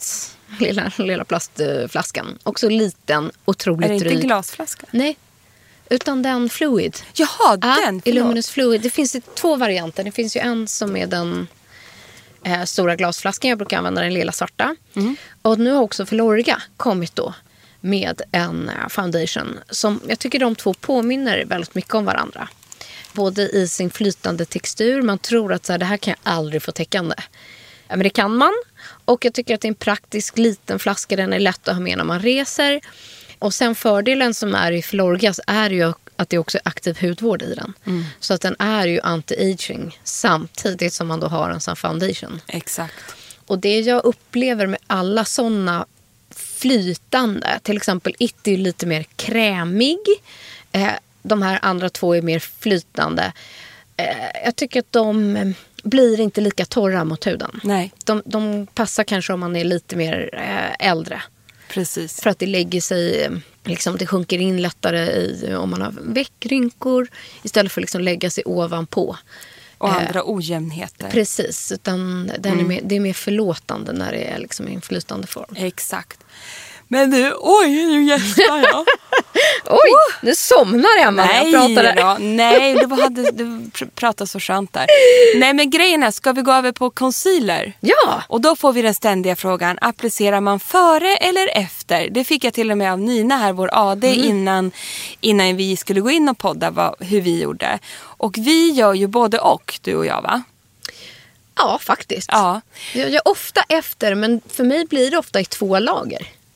plastflaskan. Också liten, otroligt dryg. Är det inte glasflaska? Nej. Utan den fluid. Jaha, den. Illuminous fluid. Det finns 2 varianter. Det finns ju en som är den stora glasflaskan. Jag brukar använda den lilla svarta. Och nu har också Filorga kommit då med en foundation som jag tycker de 2 påminner väldigt mycket om varandra. Både i sin flytande textur. Man tror att så här, det här kan jag aldrig få täckande. Men det kan man. Och jag tycker att det är en praktisk liten flaska. Den är lätt att ha med när man reser. Och sen fördelen som är i Filorgas är ju att det också är aktiv hudvård i den. Så att den är ju anti-aging samtidigt som man då har en sån foundation. Exakt. Och det jag upplever med alla såna flytande, till exempel It är ju lite mer krämig. De här andra 2 är mer flytande. Jag tycker att de blir inte lika torra mot huden. Nej. De passar kanske om man är lite mer äldre. Precis. För att det lägger sig, liksom, det sjunker in lättare om man har veckrynkor istället för att liksom lägga sig ovanpå. Och andra ojämnheter. Precis, utan det är mer förlåtande när det är liksom i en flytande form. Exakt. Men du, nu gäspar jag. Oj, nu somnar Emma när jag pratar. Nej, du pratar så skönt där. Nej, men grejen är, ska vi gå över på concealer? Ja. Och då får vi den ständiga frågan, applicerar man före eller efter? Det fick jag till och med av Nina här, vår AD, innan vi skulle gå in och podda hur vi gjorde. Och vi gör ju både och, du och jag, va? Ja, faktiskt. Ja. Jag gör ofta efter, men för mig blir det ofta i 2 lager.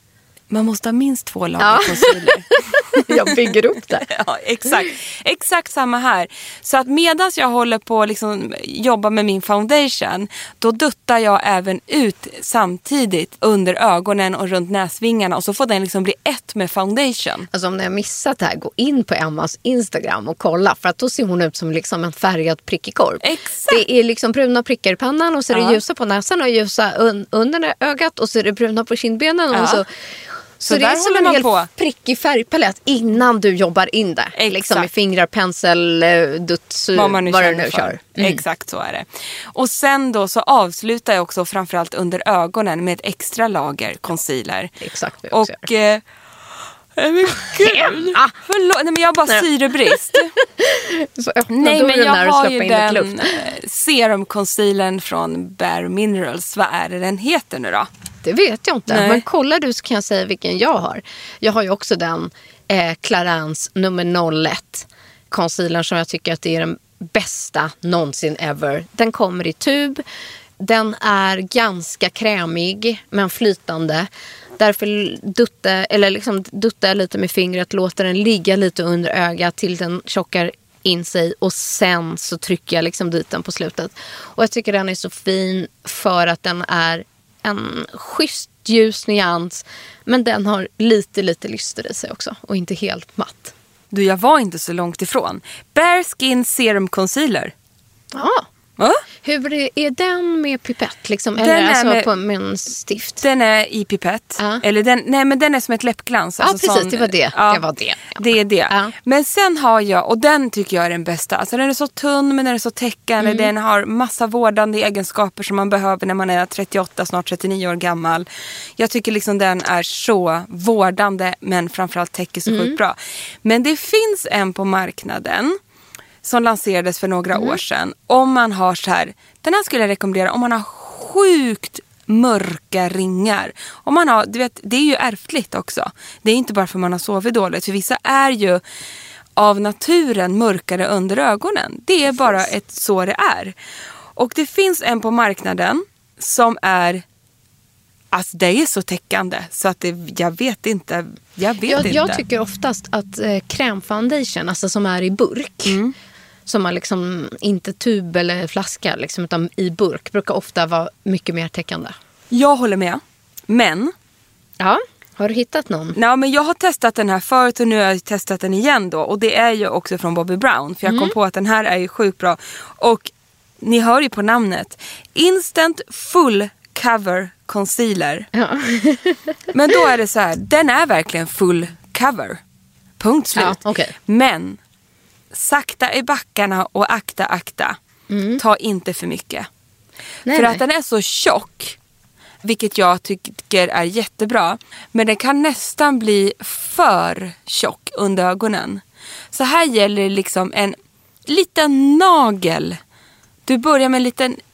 Man måste ha minst 2 lager concealer. Jag bygger upp det. Ja, exakt samma här. Så att medan jag håller på liksom jobba med min foundation, då duttar jag även ut samtidigt under ögonen och runt näsvingarna, och så får den liksom bli ett med foundation. Alltså om ni har missat det här, gå in på Emmas Instagram och kolla, för att då ser hon ut som liksom en färgad prickig korv. Exakt. Det är liksom bruna prickar i pannan, och så är det ljusa på näsan och ljusa under ögat, och så är det bruna på kindbenen och så det är som en hel prickig färgpalett innan du jobbar in det. Liksom i fingrar, pensel, dutt, vad du nu kör. Exakt så är det. Och sen då så avslutar jag också framförallt under ögonen med ett extra lager concealer. Exakt vad jag också gör. Men gud. Förlåt, nej men jag har bara syrebrist. Nej men jag har ju den serum concealern från Bare Minerals. Vad är det den heter nu då? Det vet jag inte. Nej. Men kollar du så kan jag säga vilken jag har. Jag har ju också den Clarins nummer 01 concealern, som jag tycker att det är den bästa någonsin ever. Den kommer i tub. Den är ganska krämig men flytande. Därför duttar jag lite med fingret, låter den ligga lite under ögat till den tjockar in sig, och sen så trycker jag liksom dit den på slutet. Och jag tycker den är så fin för att den är en schysst ljus nyans, men den har lite lyster i sig också och inte helt matt. Du, jag var inte så långt ifrån. Bare Skin Serum Concealer. Ja. Hur är den med pipett liksom? Den eller är alltså med en stift? Den är i pipett. Eller men den är som ett läppglans. Ja, alltså precis, det var det. Ja, det var det. Det är det. Men sen har jag, och den tycker jag är den bästa. Alltså den är så tunn, men den är så täckande. Den har massa vårdande egenskaper som man behöver när man är 38, snart 39 år gammal. Jag tycker liksom den är så vårdande, men framförallt täcker så sjukt bra. Men det finns en på marknaden som lanserades för några år sedan. Om man har så här, den här skulle jag rekommendera om man har sjukt mörka ringar. Om man har, du vet, det är ju ärftligt också. Det är inte bara för man har sovit dåligt. För vissa är ju av naturen mörkare under ögonen. Det är bara så det är. Och det finns en på marknaden som är, alltså det är så täckande så att jag vet inte. Jag tycker oftast att krämfoundation, alltså som är i burk, som man liksom inte tub eller flaska liksom, utan i burk, brukar ofta vara mycket mer täckande. Jag håller med. Men har du hittat någon? Nej, men jag har testat den här förut och nu har jag testat den igen då, och det är ju också från Bobbi Brown, för jag kom på att den här är ju sjukt bra. Och ni hör ju på namnet. Instant Full Cover Concealer. Ja. Men då är det så här, den är verkligen full cover. Punkt slut. Ja, okay. Men sakta i backarna och akta. Ta inte för mycket. För att den är så tjock, vilket jag tycker är jättebra, men den kan nästan bli för tjock under ögonen. Så här gäller liksom en liten nagel. Du börjar med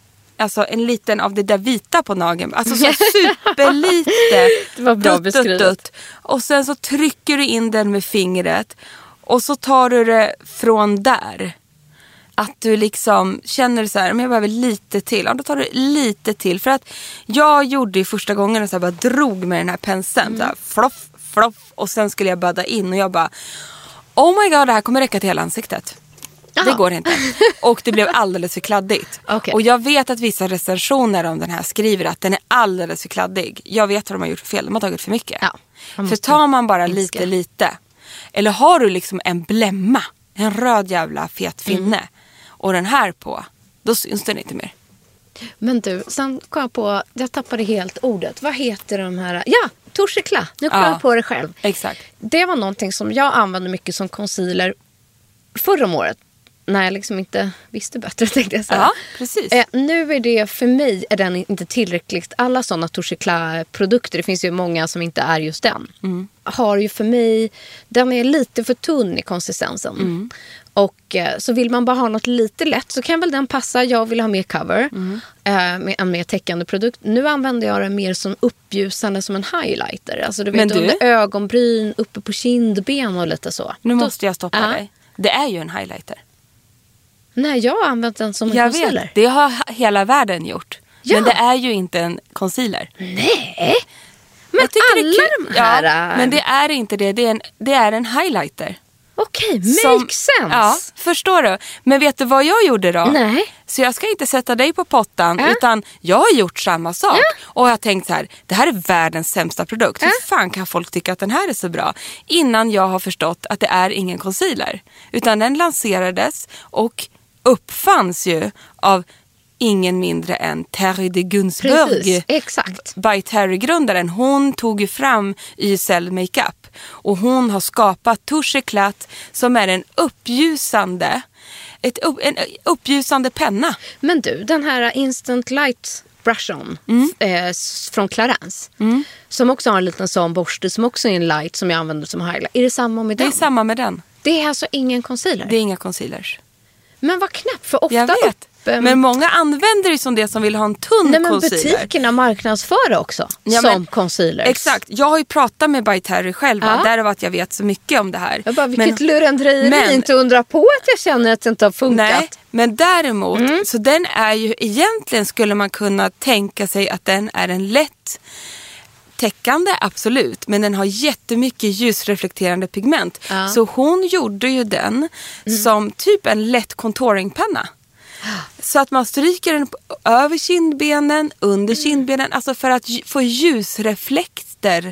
en liten av det där vita på nageln. Alltså så superlite. Det var bra beskrivet. Och sen så trycker du in den med fingret. Och så tar du det från där. Att du liksom känner så här, men jag behöver lite till. Ja, då tar du lite till. För att jag gjorde första gången så här, bara drog med den här penseln. Så här, floff. Och sen skulle jag badda in. Och jag bara, oh my god, det här kommer räcka till hela ansiktet. Det går inte. Och det blev alldeles för kladdigt. Okay. Och jag vet att vissa recensioner om den här skriver att den är alldeles för kladdig. Jag vet vad de har gjort för fel. De har tagit för mycket. Ja, för tar man bara lite. Eller har du liksom en blämma, en röd jävla fet finne och den här på, då syns den inte mer. Men du, sen kom jag tappade helt ordet. Vad heter de här? Ja, Touche Éclat. Nu kom jag på det själv. Exakt. Det var någonting som jag använde mycket som concealer förra året. När jag liksom inte visste bättre, tänkte jag säga. Ja, precis. Nu är det, för mig är den inte tillräckligt. Alla sådana Touche Éclat-produkter, det finns ju många som inte är just den. Har ju för mig, den är lite för tunn i konsistensen. Och så vill man bara ha något lite lätt, så kan väl den passa. Jag vill ha mer cover, med en mer täckande produkt. Nu använder jag den mer som uppljusande, som en highlighter. Alltså du vet, under ögonbryn, uppe på kindben och lite så. Nu måste jag stoppa dig. Det är ju en highlighter. Nej, jag har använt den som en concealer. Vet, det har hela världen gjort. Ja. Men det är ju inte en concealer. Nej, Men jag tycker alla det är kul. de här... Ja, men det är inte det. Det är en highlighter. Okej, make sense. Ja, förstår du. Men vet du vad jag gjorde då? Nej. Så jag ska inte sätta dig på pottan, utan jag har gjort samma sak. Och jag har tänkt så här, det här är världens sämsta produkt. Hur fan kan folk tycka att den här är så bra? Innan jag har förstått att det är ingen concealer. Utan den lanserades och uppfanns ju av ingen mindre än Terry de Gunzburg. Precis, exakt. By Terry-grundaren. Hon tog ju fram YSL Makeup. Och hon har skapat Touche Éclat som är en uppljusande penna. Men du, den här Instant Light Brush On från Clarins. Som också har en liten sån borste som också är en light som jag använder som highlight. Är det samma med den? Det är samma med den. Det är alltså ingen concealer? Det är inga concealers. Men vad knäppt, för ofta jag vet. Men många använder det som det som vill ha en tunn concealer. Butikerna marknadsför det också som concealers. Exakt. Jag har ju pratat med By Terry själva. Därav att jag vet så mycket om det här. Jag bara, vilket lurendrejeri, inte undra på att jag känner att det inte har funkat. Nej, men däremot, så den är ju, egentligen skulle man kunna tänka sig att den är en lätt täckande, absolut. Men den har jättemycket ljusreflekterande pigment. Så hon gjorde ju den som typ en lätt contouringpenna. Så att man stryker den över kindbenen, under kindbenen. Alltså för att få ljusreflexer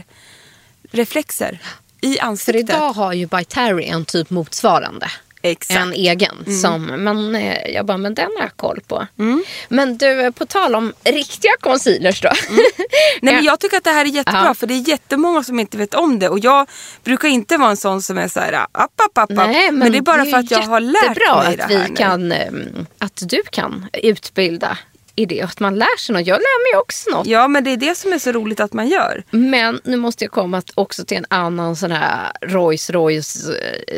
i ansiktet. För idag har ju By Terry en typ motsvarande. Exakt. En egen. Men jag bara, men den har jag koll på. Men du, på tal om riktiga concealers då. Nej, men jag tycker att det här är jättebra. För det är jättemånga som inte vet om det. Och jag brukar inte vara en sån som är så här app. Nej, men det är bara för att jag har lärt mig det här att du kan utbilda i det. Att man lär sig något. Jag lär mig också något. Ja, men det är det som är så roligt att man gör. Men nu måste jag komma också till en annan sån här Rolls-Royce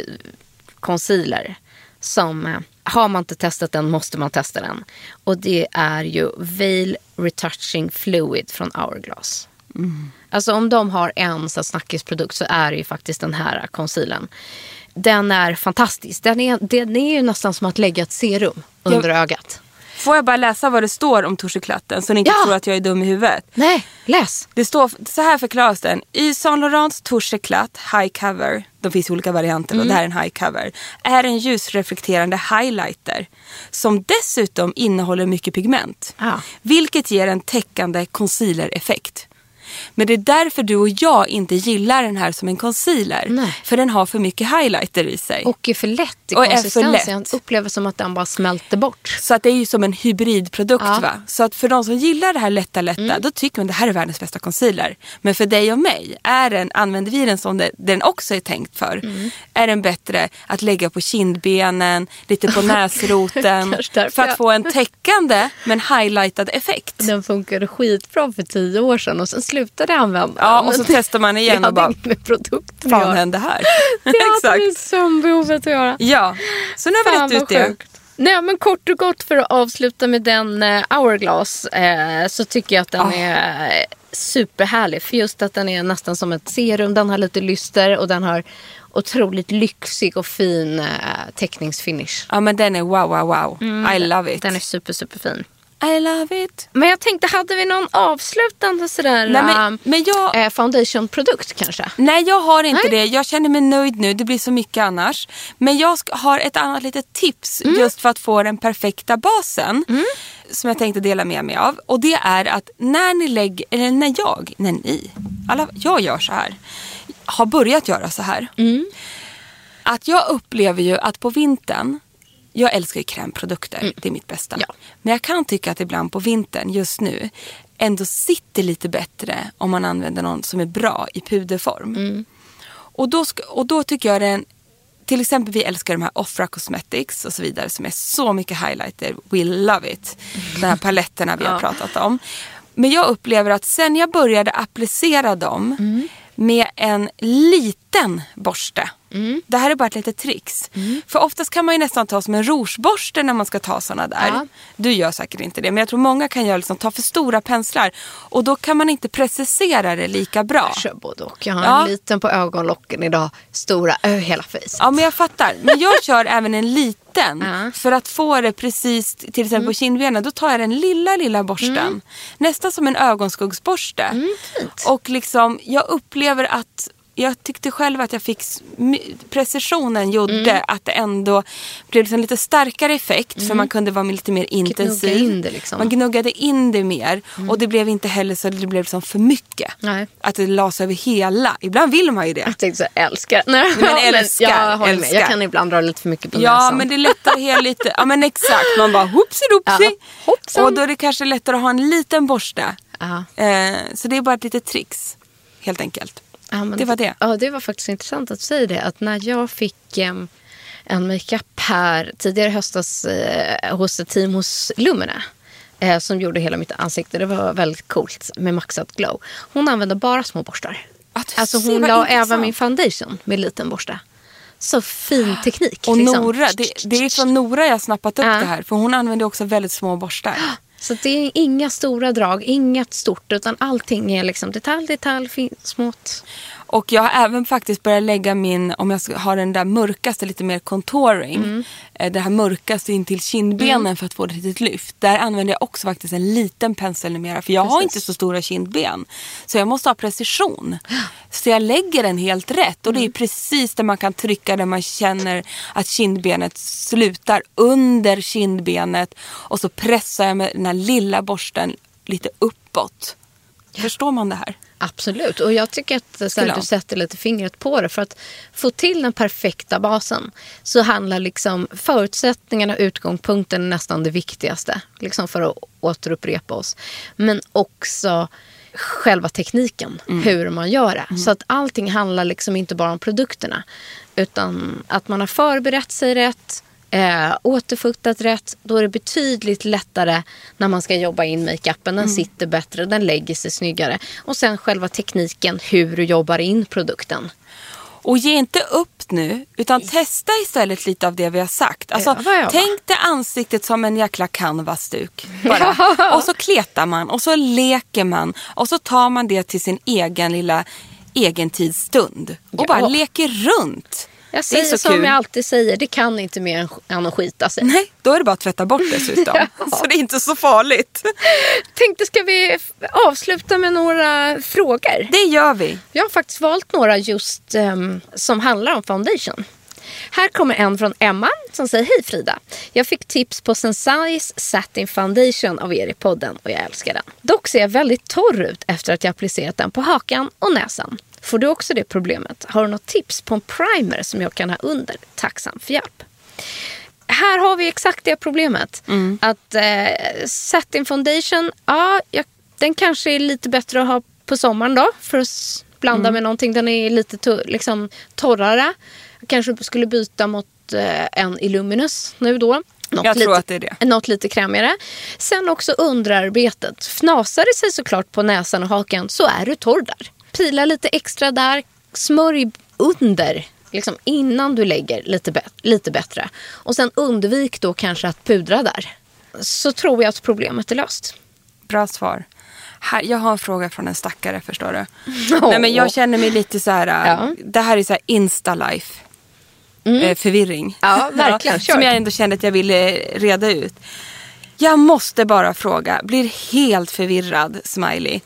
concealer som har man inte testat den måste man testa den. Och det är ju Veil Retouching Fluid från Hourglass. Alltså om de har en så snackisprodukt så är det ju faktiskt den här concealern. Den är fantastisk. Den är ju nästan som att lägga ett serum under ögat. Får jag bara läsa vad det står om Touche Éclat så ni inte tror att jag är dum i huvudet? Nej, läs. Det står, så här förklaras den. I Saint Laurents Touche Éclat High Cover, de finns olika varianter och det här är en High Cover, är en ljusreflekterande highlighter som dessutom innehåller mycket pigment. Vilket ger en täckande concealer-effekt. Men det är därför du och jag inte gillar den här som en concealer. Nej. För den har för mycket highlighter i sig. Och är för lätt i konsistensen. Jag upplever som att den bara smälter bort. Så att det är ju som en hybridprodukt va. Så att för de som gillar det här lätta då tycker man det här är världens bästa concealer. Men för dig och mig använder vi den som den också är tänkt för. Är den bättre att lägga på kindbenen, lite på näsroten. För att få en täckande men highlightad effekt. Den funkade skitbra för 10 år sedan och sen slutade använda. Ja, och så testar man igen och bara, med produkten fan hände här? Det hade med sömnbehovet att göra. Ja, så nu har vi rätt ut det. Nej, men kort och gott för att avsluta med den Hourglass så tycker jag att den är superhärlig. För just att den är nästan som ett serum. Den har lite lyster och den har otroligt lyxig och fin teckningsfinish. Ja, men den är wow. I love it. Den är superfin. I love it. Men jag tänkte, hade vi någon avslutande sådär foundation-produkt kanske? Nej, jag har inte det. Jag känner mig nöjd nu. Det blir så mycket annars. Men jag har ett annat litet tips just för att få den perfekta basen som jag tänkte dela med mig av. Och det är att jag gör så här. Har börjat göra så här. Att jag upplever ju att på vintern, jag älskar ju krämprodukter, det är mitt bästa. Ja. Men jag kan tycka att ibland på vintern just nu ändå sitter lite bättre om man använder någon som är bra i puderform. Och då tycker jag till exempel vi älskar de här Ofra Cosmetics och så vidare som är så mycket highlighter. We love it. De här paletterna vi har pratat om. Men jag upplever att sen jag började applicera dem med en lite liten borste. Det här är bara ett litet trix. För oftast kan man ju nästan ta som en rougeborste när man ska ta såna där. Ja. Du gör säkert inte det. Men jag tror många kan göra liksom, ta för stora penslar. Och då kan man inte precisera det lika bra. Jag kör både och. Jag har en liten på ögonlocken idag. Stora hela face. Ja, men jag fattar. Men jag kör även en liten. För att få det precis, till exempel på kindbenen. Då tar jag den lilla borsten. Nästan som en ögonskuggsborste. Och liksom, jag upplever att jag tyckte själv att jag fick precisionen gjorde att det ändå blev liksom lite starkare effekt för man kunde vara lite mer intensiv. In det liksom. Man gnuggade in det mer och det blev inte heller så att det blev liksom för mycket. Nej. Att det las över hela. Ibland vill man ju det. Jag tänkte så älskar. Nej, men älskar. Jag håller med. Jag kan ibland dra lite för mycket på näsan. näsan. Men det är lättare att lite. Ja, men exakt. Man bara hoopsie-doopsie. Ja, och då är det kanske lättare att ha en liten borste. Så det är bara ett litet trix. Helt enkelt. Ja, men det var det. Ja, det var faktiskt intressant att säga det. Att när jag fick en makeup här tidigare höstas hos ett team hos Lumene som gjorde hela mitt ansikte. Det var väldigt coolt med maxat glow. Hon använde bara små borstar. Alltså hon la även min foundation med liten borste. Så fin teknik. Och liksom. Nora, det är från Nora jag snappat upp det här. För hon använder också väldigt små borstar. Så det är inga stora drag, inget stort, utan allting är liksom detalj, smått. Och jag har även faktiskt börjat lägga min, om jag har den där mörkaste, lite mer contouring. Det här mörkaste in till kindbenen för att få det litet lyft. Där använder jag också faktiskt en liten pensel numera. För jag har inte så stora kindben. Så jag måste ha precision. Så jag lägger den helt rätt. Och det är precis där man kan trycka där man känner att kindbenet slutar under kindbenet. Och så pressar jag med den här lilla borsten lite uppåt. Förstår man det här? Absolut, och jag tycker att så här, du sätter lite fingret på det. För att få till den perfekta basen så handlar liksom förutsättningarna och utgångspunkten nästan det viktigaste. Liksom för att återupprepa oss. Men också själva tekniken, hur man gör det. Så att allting handlar liksom inte bara om produkterna. Utan att man har förberett sig rätt, återfuktat rätt, då är det betydligt lättare när man ska jobba in makeupen. Den sitter bättre, den lägger sig snyggare. Och sen själva tekniken, hur du jobbar in produkten. Och ge inte upp nu, utan testa istället lite av det vi har sagt. Alltså, tänk dig ansiktet som en jäkla canvasduk. Och så kletar man, och så leker man. Och så tar man det till sin egen lilla egentidsstund. Och bara leker runt. Jag säger det är så som kul. jag alltid säger, det kan inte mer än att skita sig. Nej, då är det bara att tvätta bort dessutom. Så det är inte så farligt. Tänkte, ska vi avsluta med några frågor? Det gör vi. Jag har faktiskt valt några just som handlar om foundation. Här kommer en från Emma som säger: hej Frida, jag fick tips på Sensai's Satin Foundation av er i podden och jag älskar den. Dock ser jag väldigt torr ut efter att jag applicerat den på hakan och näsan. Får du också det problemet? Har du något tips på en primer som jag kan ha under? Tacksam för hjälp. Här har vi exakt det problemet. Att Satin Foundation, den kanske är lite bättre att ha på sommaren då. För att blanda med någonting. Den är lite liksom torrare. Jag kanske skulle byta mot en Illuminous nu då. Jag tror att det är det. Något lite krämigare. Sen också underarbetet. Fnasar det sig såklart på näsan och hakan så är du torr där. Pila lite extra där. Smörj under. Liksom innan du lägger lite bättre. Och sen undvik då kanske att pudra där. Så tror jag att problemet är löst. Bra svar. Här, jag har en fråga från en stackare, förstår du. Nej, men jag känner mig lite så här. Det här är så här Insta-life. Förvirring. Ja, verkligen. Som jag ändå kände att jag ville reda ut. Jag måste bara fråga. Blir helt förvirrad, smiley.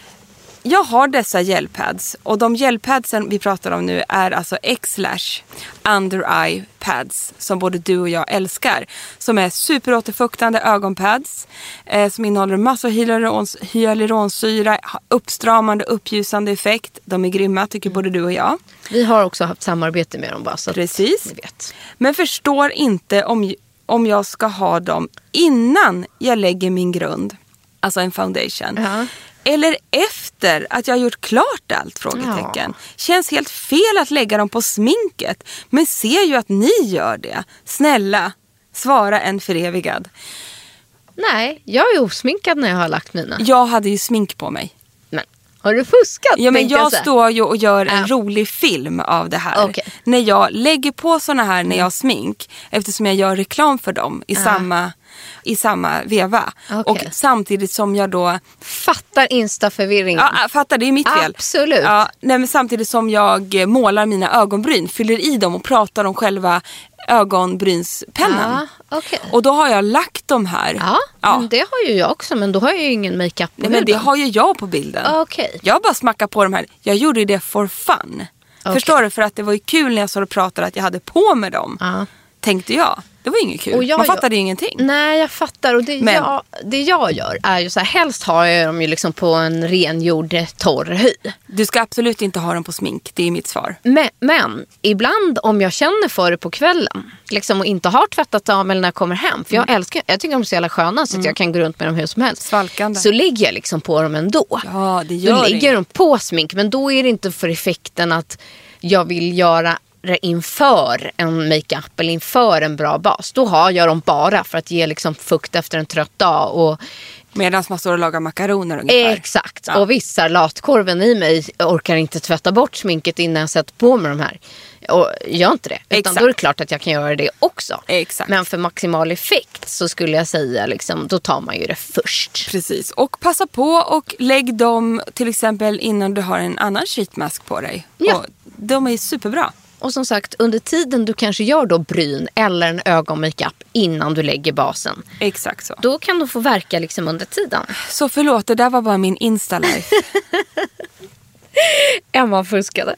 Jag har dessa gelpads. Och de gelpadsen vi pratar om nu är alltså X-Lash Under Eye Pads. Som både du och jag älskar. Som är superåterfuktande ögonpads. Som innehåller massor hyaluronsyra. Uppstramande, uppljusande effekt. De är grymma, tycker både du och jag. Vi har också haft samarbete med dem bara så precis. Att ni vet. Men förstår inte om jag ska ha dem innan jag lägger min grund. Alltså en foundation. Ja. Eller efter att jag har gjort klart allt, frågetecken. Känns helt fel att lägga dem på sminket. Men ser ju att ni gör det. Snälla, svara en förevigad. Nej, jag är osminkad när jag har lagt mina. Jag hade ju smink på mig. Men Har du fuskat? Ja, men jag står ju och gör en rolig film av det här. Okay. När jag lägger på såna här när jag har smink. Eftersom jag gör reklam för dem i samma veva. Okay. Och samtidigt som jag då... Fattar instaförvirringen. Ja, fattar, det är mitt fel. Absolut. Ja, nej, men samtidigt som jag målar mina ögonbryn, fyller i dem och pratar om själva ögonbrynspennan. Okay. Och då har jag lagt dem här. Ja, men det har ju jag också, men då har jag ju ingen makeup på. Nej, men det har ju jag på bilden. Okay. Jag bara smackar på de här. Jag gjorde det for fun. Okay. Förstår du? För att det var ju kul när jag så och pratade att jag hade på med dem. Tänkte jag. Det var inget kul. Man fattade ju ingenting. Nej, jag fattar. Och det jag gör är ju så här, helst har jag dem ju liksom på en rengjord torr hy. Du ska absolut inte ha dem på smink. Det är mitt svar. Men ibland om jag känner för det på kvällen liksom, och inte har tvättat dem eller när jag kommer hem. För jag tycker de är så jävla sköna så att jag kan gå runt med dem hur som helst. Svalkande. Så ligger jag liksom på dem ändå. Ja, det gör då ligger de på smink. Men då är det inte för effekten att jag vill göra inför en makeup eller inför en bra bas. Då har jag dem bara för att ge liksom fukt efter en trött dag. Och medan man står och lagar makaroner ungefär. Exakt. Ja. Och vissa latkorven i mig orkar inte tvätta bort sminket innan jag sätter på mig de här. Och gör inte det. Utan Exakt. Då är det klart att jag kan göra det också. Exakt. Men för maximal effekt så skulle jag säga liksom, då tar man ju det först. Precis. Och passa på och lägg dem till exempel innan du har en annan sheetmask på dig. Ja. Och de är superbra. Och som sagt, under tiden du kanske gör då bryn eller en ögonmakeup innan du lägger basen. Exakt så. Då kan du få verka liksom under tiden. Så förlåt, det där var bara min Insta-life. Emma fuskade.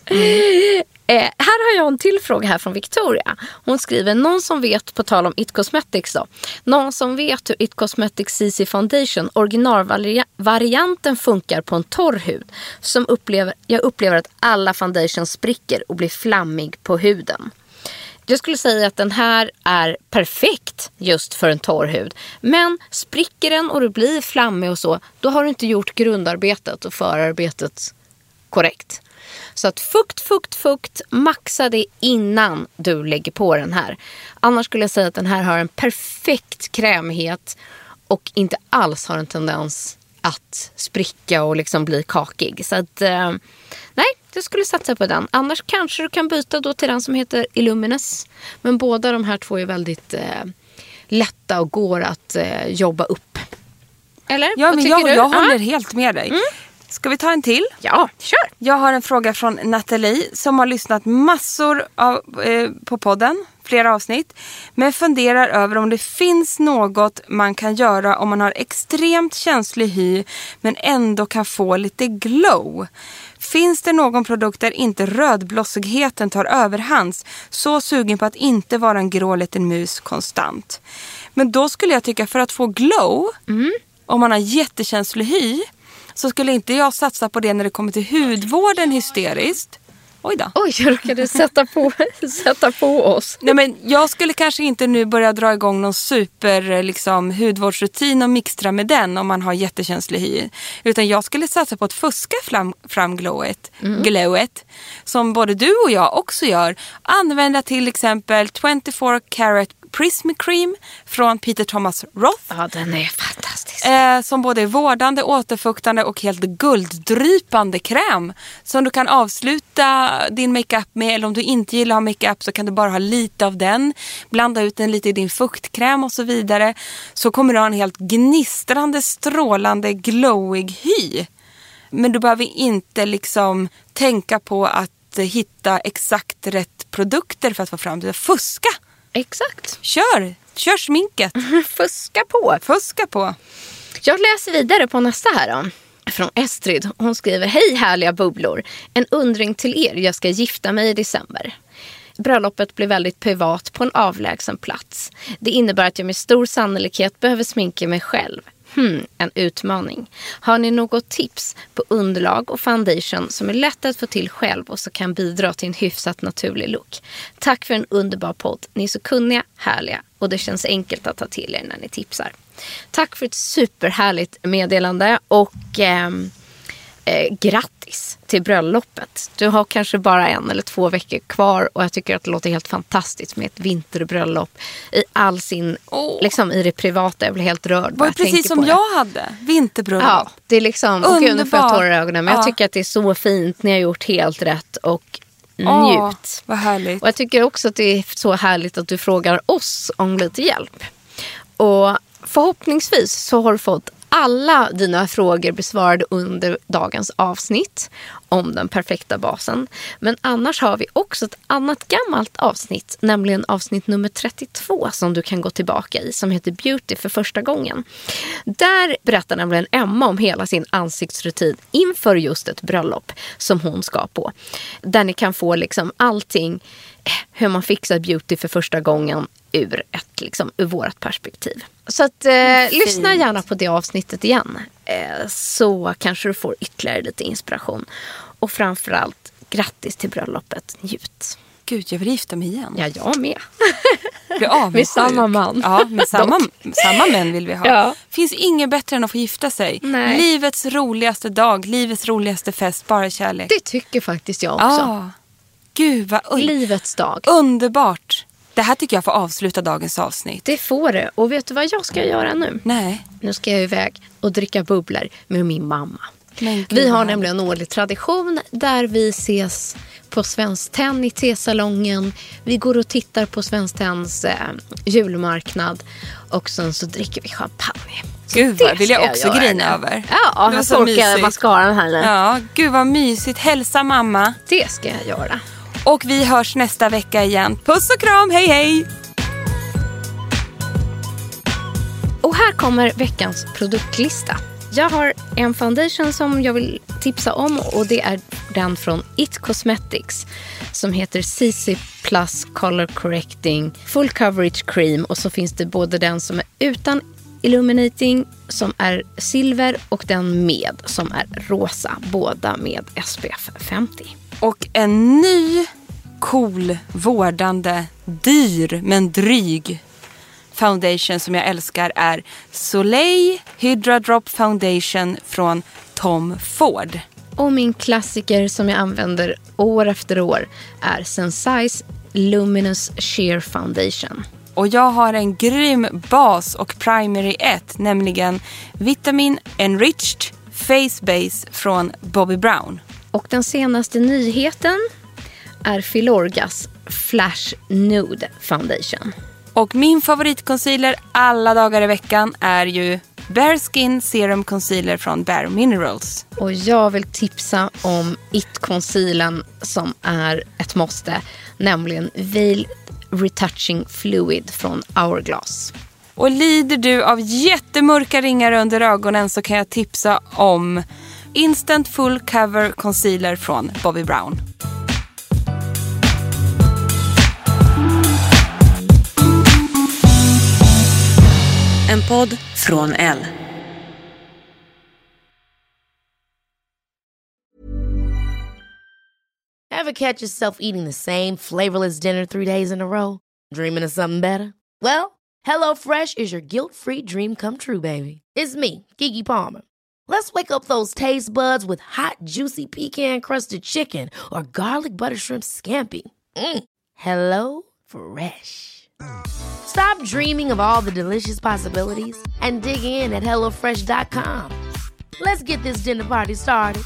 Här har jag en till fråga här från Victoria. Hon skriver, någon som vet, på tal om It Cosmetics då, någon som vet hur It Cosmetics CC Foundation originalvarianten funkar på en torr hud. Jag upplever att alla foundations spricker och blir flammig på huden. Jag skulle säga att den här är perfekt just för en torr hud. Men spricker den och det blir flammig och så, då har du inte gjort grundarbetet och förarbetet korrekt. Så att fukt, maxa det innan du lägger på den här. Annars skulle jag säga att den här har en perfekt krämighet och inte alls har en tendens att spricka och liksom bli kakig. Så att, nej, jag skulle satsa på den. Annars kanske du kan byta då till den som heter Illuminous. Men båda de här två är väldigt lätta och går att jobba upp. Eller? Ja, men jag håller helt med dig. Ska vi ta en till? Ja, kör. Jag har en fråga från Nathalie som har lyssnat massor på podden, flera avsnitt. Men funderar över om det finns något man kan göra om man har extremt känslig hy men ändå kan få lite glow. Finns det någon produkt där inte rödblossigheten tar överhands? Så sugen på att inte vara en grå liten mus konstant. Men då skulle jag tycka, för att få glow, om man har jättekänslig hy, så skulle inte jag satsa på det när det kommer till hudvården hysteriskt. Oj då. Oj, jag råkade sätta på oss. Nej, men jag skulle kanske inte nu börja dra igång någon super hudvårdsrutin och mixtra med den om man har jättekänslig hy. Utan jag skulle satsa på att fuska fram glowet. Som både du och jag också gör. Använda till exempel 24 karat Prism Cream från Peter Thomas Roth. Ja, den är fantastisk. Som både är vårdande, återfuktande och helt gulddrypande kräm. Som du kan avsluta din makeup med. Eller om du inte gillar att ha makeup så kan du bara ha lite av den. Blanda ut den lite i din fuktkräm och så vidare. Så kommer du ha en helt gnistrande, strålande, glowig hy. Men du behöver inte liksom tänka på att hitta exakt rätt produkter för att få fram det. Fuska! Exakt. Kör sminket. Fuska på. Jag läser vidare på nästa här då. Från Estrid. Hon skriver, hej härliga bubblor. En undring till er. Jag ska gifta mig i december. Bröllopet blir väldigt privat på en avlägsen plats. Det innebär att jag med stor sannolikhet behöver sminka mig själv. En utmaning. Har ni något tips på underlag och foundation som är lätt att få till själv och som kan bidra till en hyfsat naturlig look? Tack för en underbar podd. Ni är så kunniga, härliga och det känns enkelt att ta till er när ni tipsar. Tack för ett superhärligt meddelande och grattis till bröllopet. Du har kanske bara 1 eller 2 veckor kvar och jag tycker att det låter helt fantastiskt med ett vinterbröllop i all sin, liksom i det privata. Jag blir helt rörd. Var det precis som jag hade, vinterbröllop. Ja, det är liksom, och gud, nu får jag tårar i ögonen. Men jag tycker att det är så fint, ni har gjort helt rätt och njut. Vad härligt. Och jag tycker också att det är så härligt att du frågar oss om lite hjälp. Och förhoppningsvis så har du fått alla dina frågor besvarade under dagens avsnitt om den perfekta basen. Men annars har vi också ett annat gammalt avsnitt, nämligen avsnitt nummer 32 som du kan gå tillbaka i, som heter Beauty för första gången. Där berättar nämligen Emma om hela sin ansiktsrutin inför just ett bröllop som hon ska på. Där ni kan få liksom allting, hur man fixar beauty för första gången ur vårt perspektiv. Så att lyssna gärna på det avsnittet igen. Så kanske du får ytterligare lite inspiration. Och framförallt, grattis till bröllopet. Njut. Gud, jag vill gifta mig igen. Ja, jag med. Med samma man. Ja, med samma män vill vi ha. Ja. Finns inget bättre än att få gifta sig. Nej. Livets roligaste dag, livets roligaste fest, bara kärlek. Det tycker faktiskt jag också. Gud, vad livets dag. Underbart. Det här tycker jag får avsluta dagens avsnitt. Det får det. Och vet du vad jag ska göra nu? Nej. Nu ska jag iväg och dricka bubblor med min mamma. Vi har nämligen en årlig tradition där vi ses på Svenskt Tenn i tesalongen. Vi går och tittar på Svenskt Tenns julmarknad. Och sen så dricker vi champagne. Gud, vad vill jag också grina över. Ja, jag torkar mascaran här nu. Ja, gud vad mysigt. Hälsa mamma. Det ska jag göra. Och vi hörs nästa vecka igen. Puss och kram, hej hej! Och här kommer veckans produktlista. Jag har en foundation som jag vill tipsa om och det är den från It Cosmetics som heter CC Plus Color Correcting Full Coverage Cream och så finns det både den som är utan illuminating som är silver och den med som är rosa, båda med SPF 50. Och en ny, cool, vårdande, dyr men dryg foundation som jag älskar är Soleil Hydra Drop Foundation från Tom Ford. Och min klassiker som jag använder år efter år är Sensai's Luminous Sheer Foundation. Och jag har en grym bas och primary 1, nämligen Vitamin Enriched Face Base från Bobbi Brown. Och den senaste nyheten är Filorgas Flash Nude Foundation. Och min favoritconcealer alla dagar i veckan är ju Bare Skin Serum Concealer från Bare Minerals. Och jag vill tipsa om It-concealern som är ett måste, nämligen Veil Retouching Fluid från Hourglass. Och lider du av jättemörka ringar under ögonen så kan jag tipsa om Instant Full Cover Concealer från Bobbi Brown. En podd från Elle. Ever catch yourself eating the same flavorless dinner 3 days in a row? Dreaming of something better? Well, HelloFresh is your guilt-free dream come true, baby. It's me, Keke Palmer. Let's wake up those taste buds with hot, juicy pecan-crusted chicken or garlic butter shrimp scampi. Hello Fresh. Stop dreaming of all the delicious possibilities and dig in at HelloFresh.com. Let's get this dinner party started.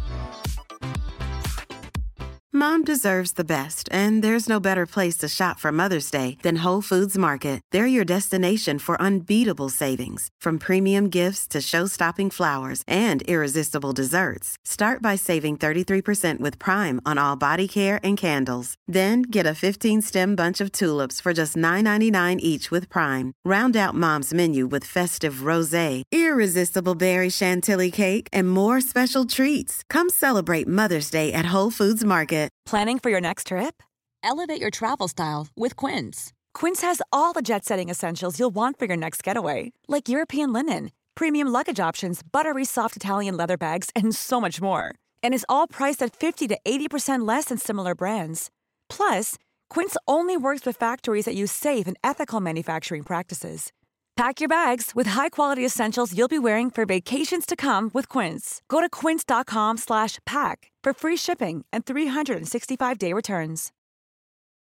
Mom deserves the best, and there's no better place to shop for Mother's Day than Whole Foods Market. They're your destination for unbeatable savings, from premium gifts to show-stopping flowers and irresistible desserts. Start by saving 33% with Prime on all body care and candles. Then get a 15-stem bunch of tulips for just $9.99 each with Prime. Round out Mom's menu with festive rosé, irresistible berry chantilly cake, and more special treats. Come celebrate Mother's Day at Whole Foods Market. Planning for your next trip? Elevate your travel style with Quince. Quince has all the jet-setting essentials you'll want for your next getaway, like European linen, premium luggage options, buttery soft Italian leather bags, and so much more. And is all priced at 50 to 80% less than similar brands. Plus, Quince only works with factories that use safe and ethical manufacturing practices. Pack your bags with high-quality essentials you'll be wearing for vacations to come with Quince. Go to quince.com/pack for free shipping and 365-day returns.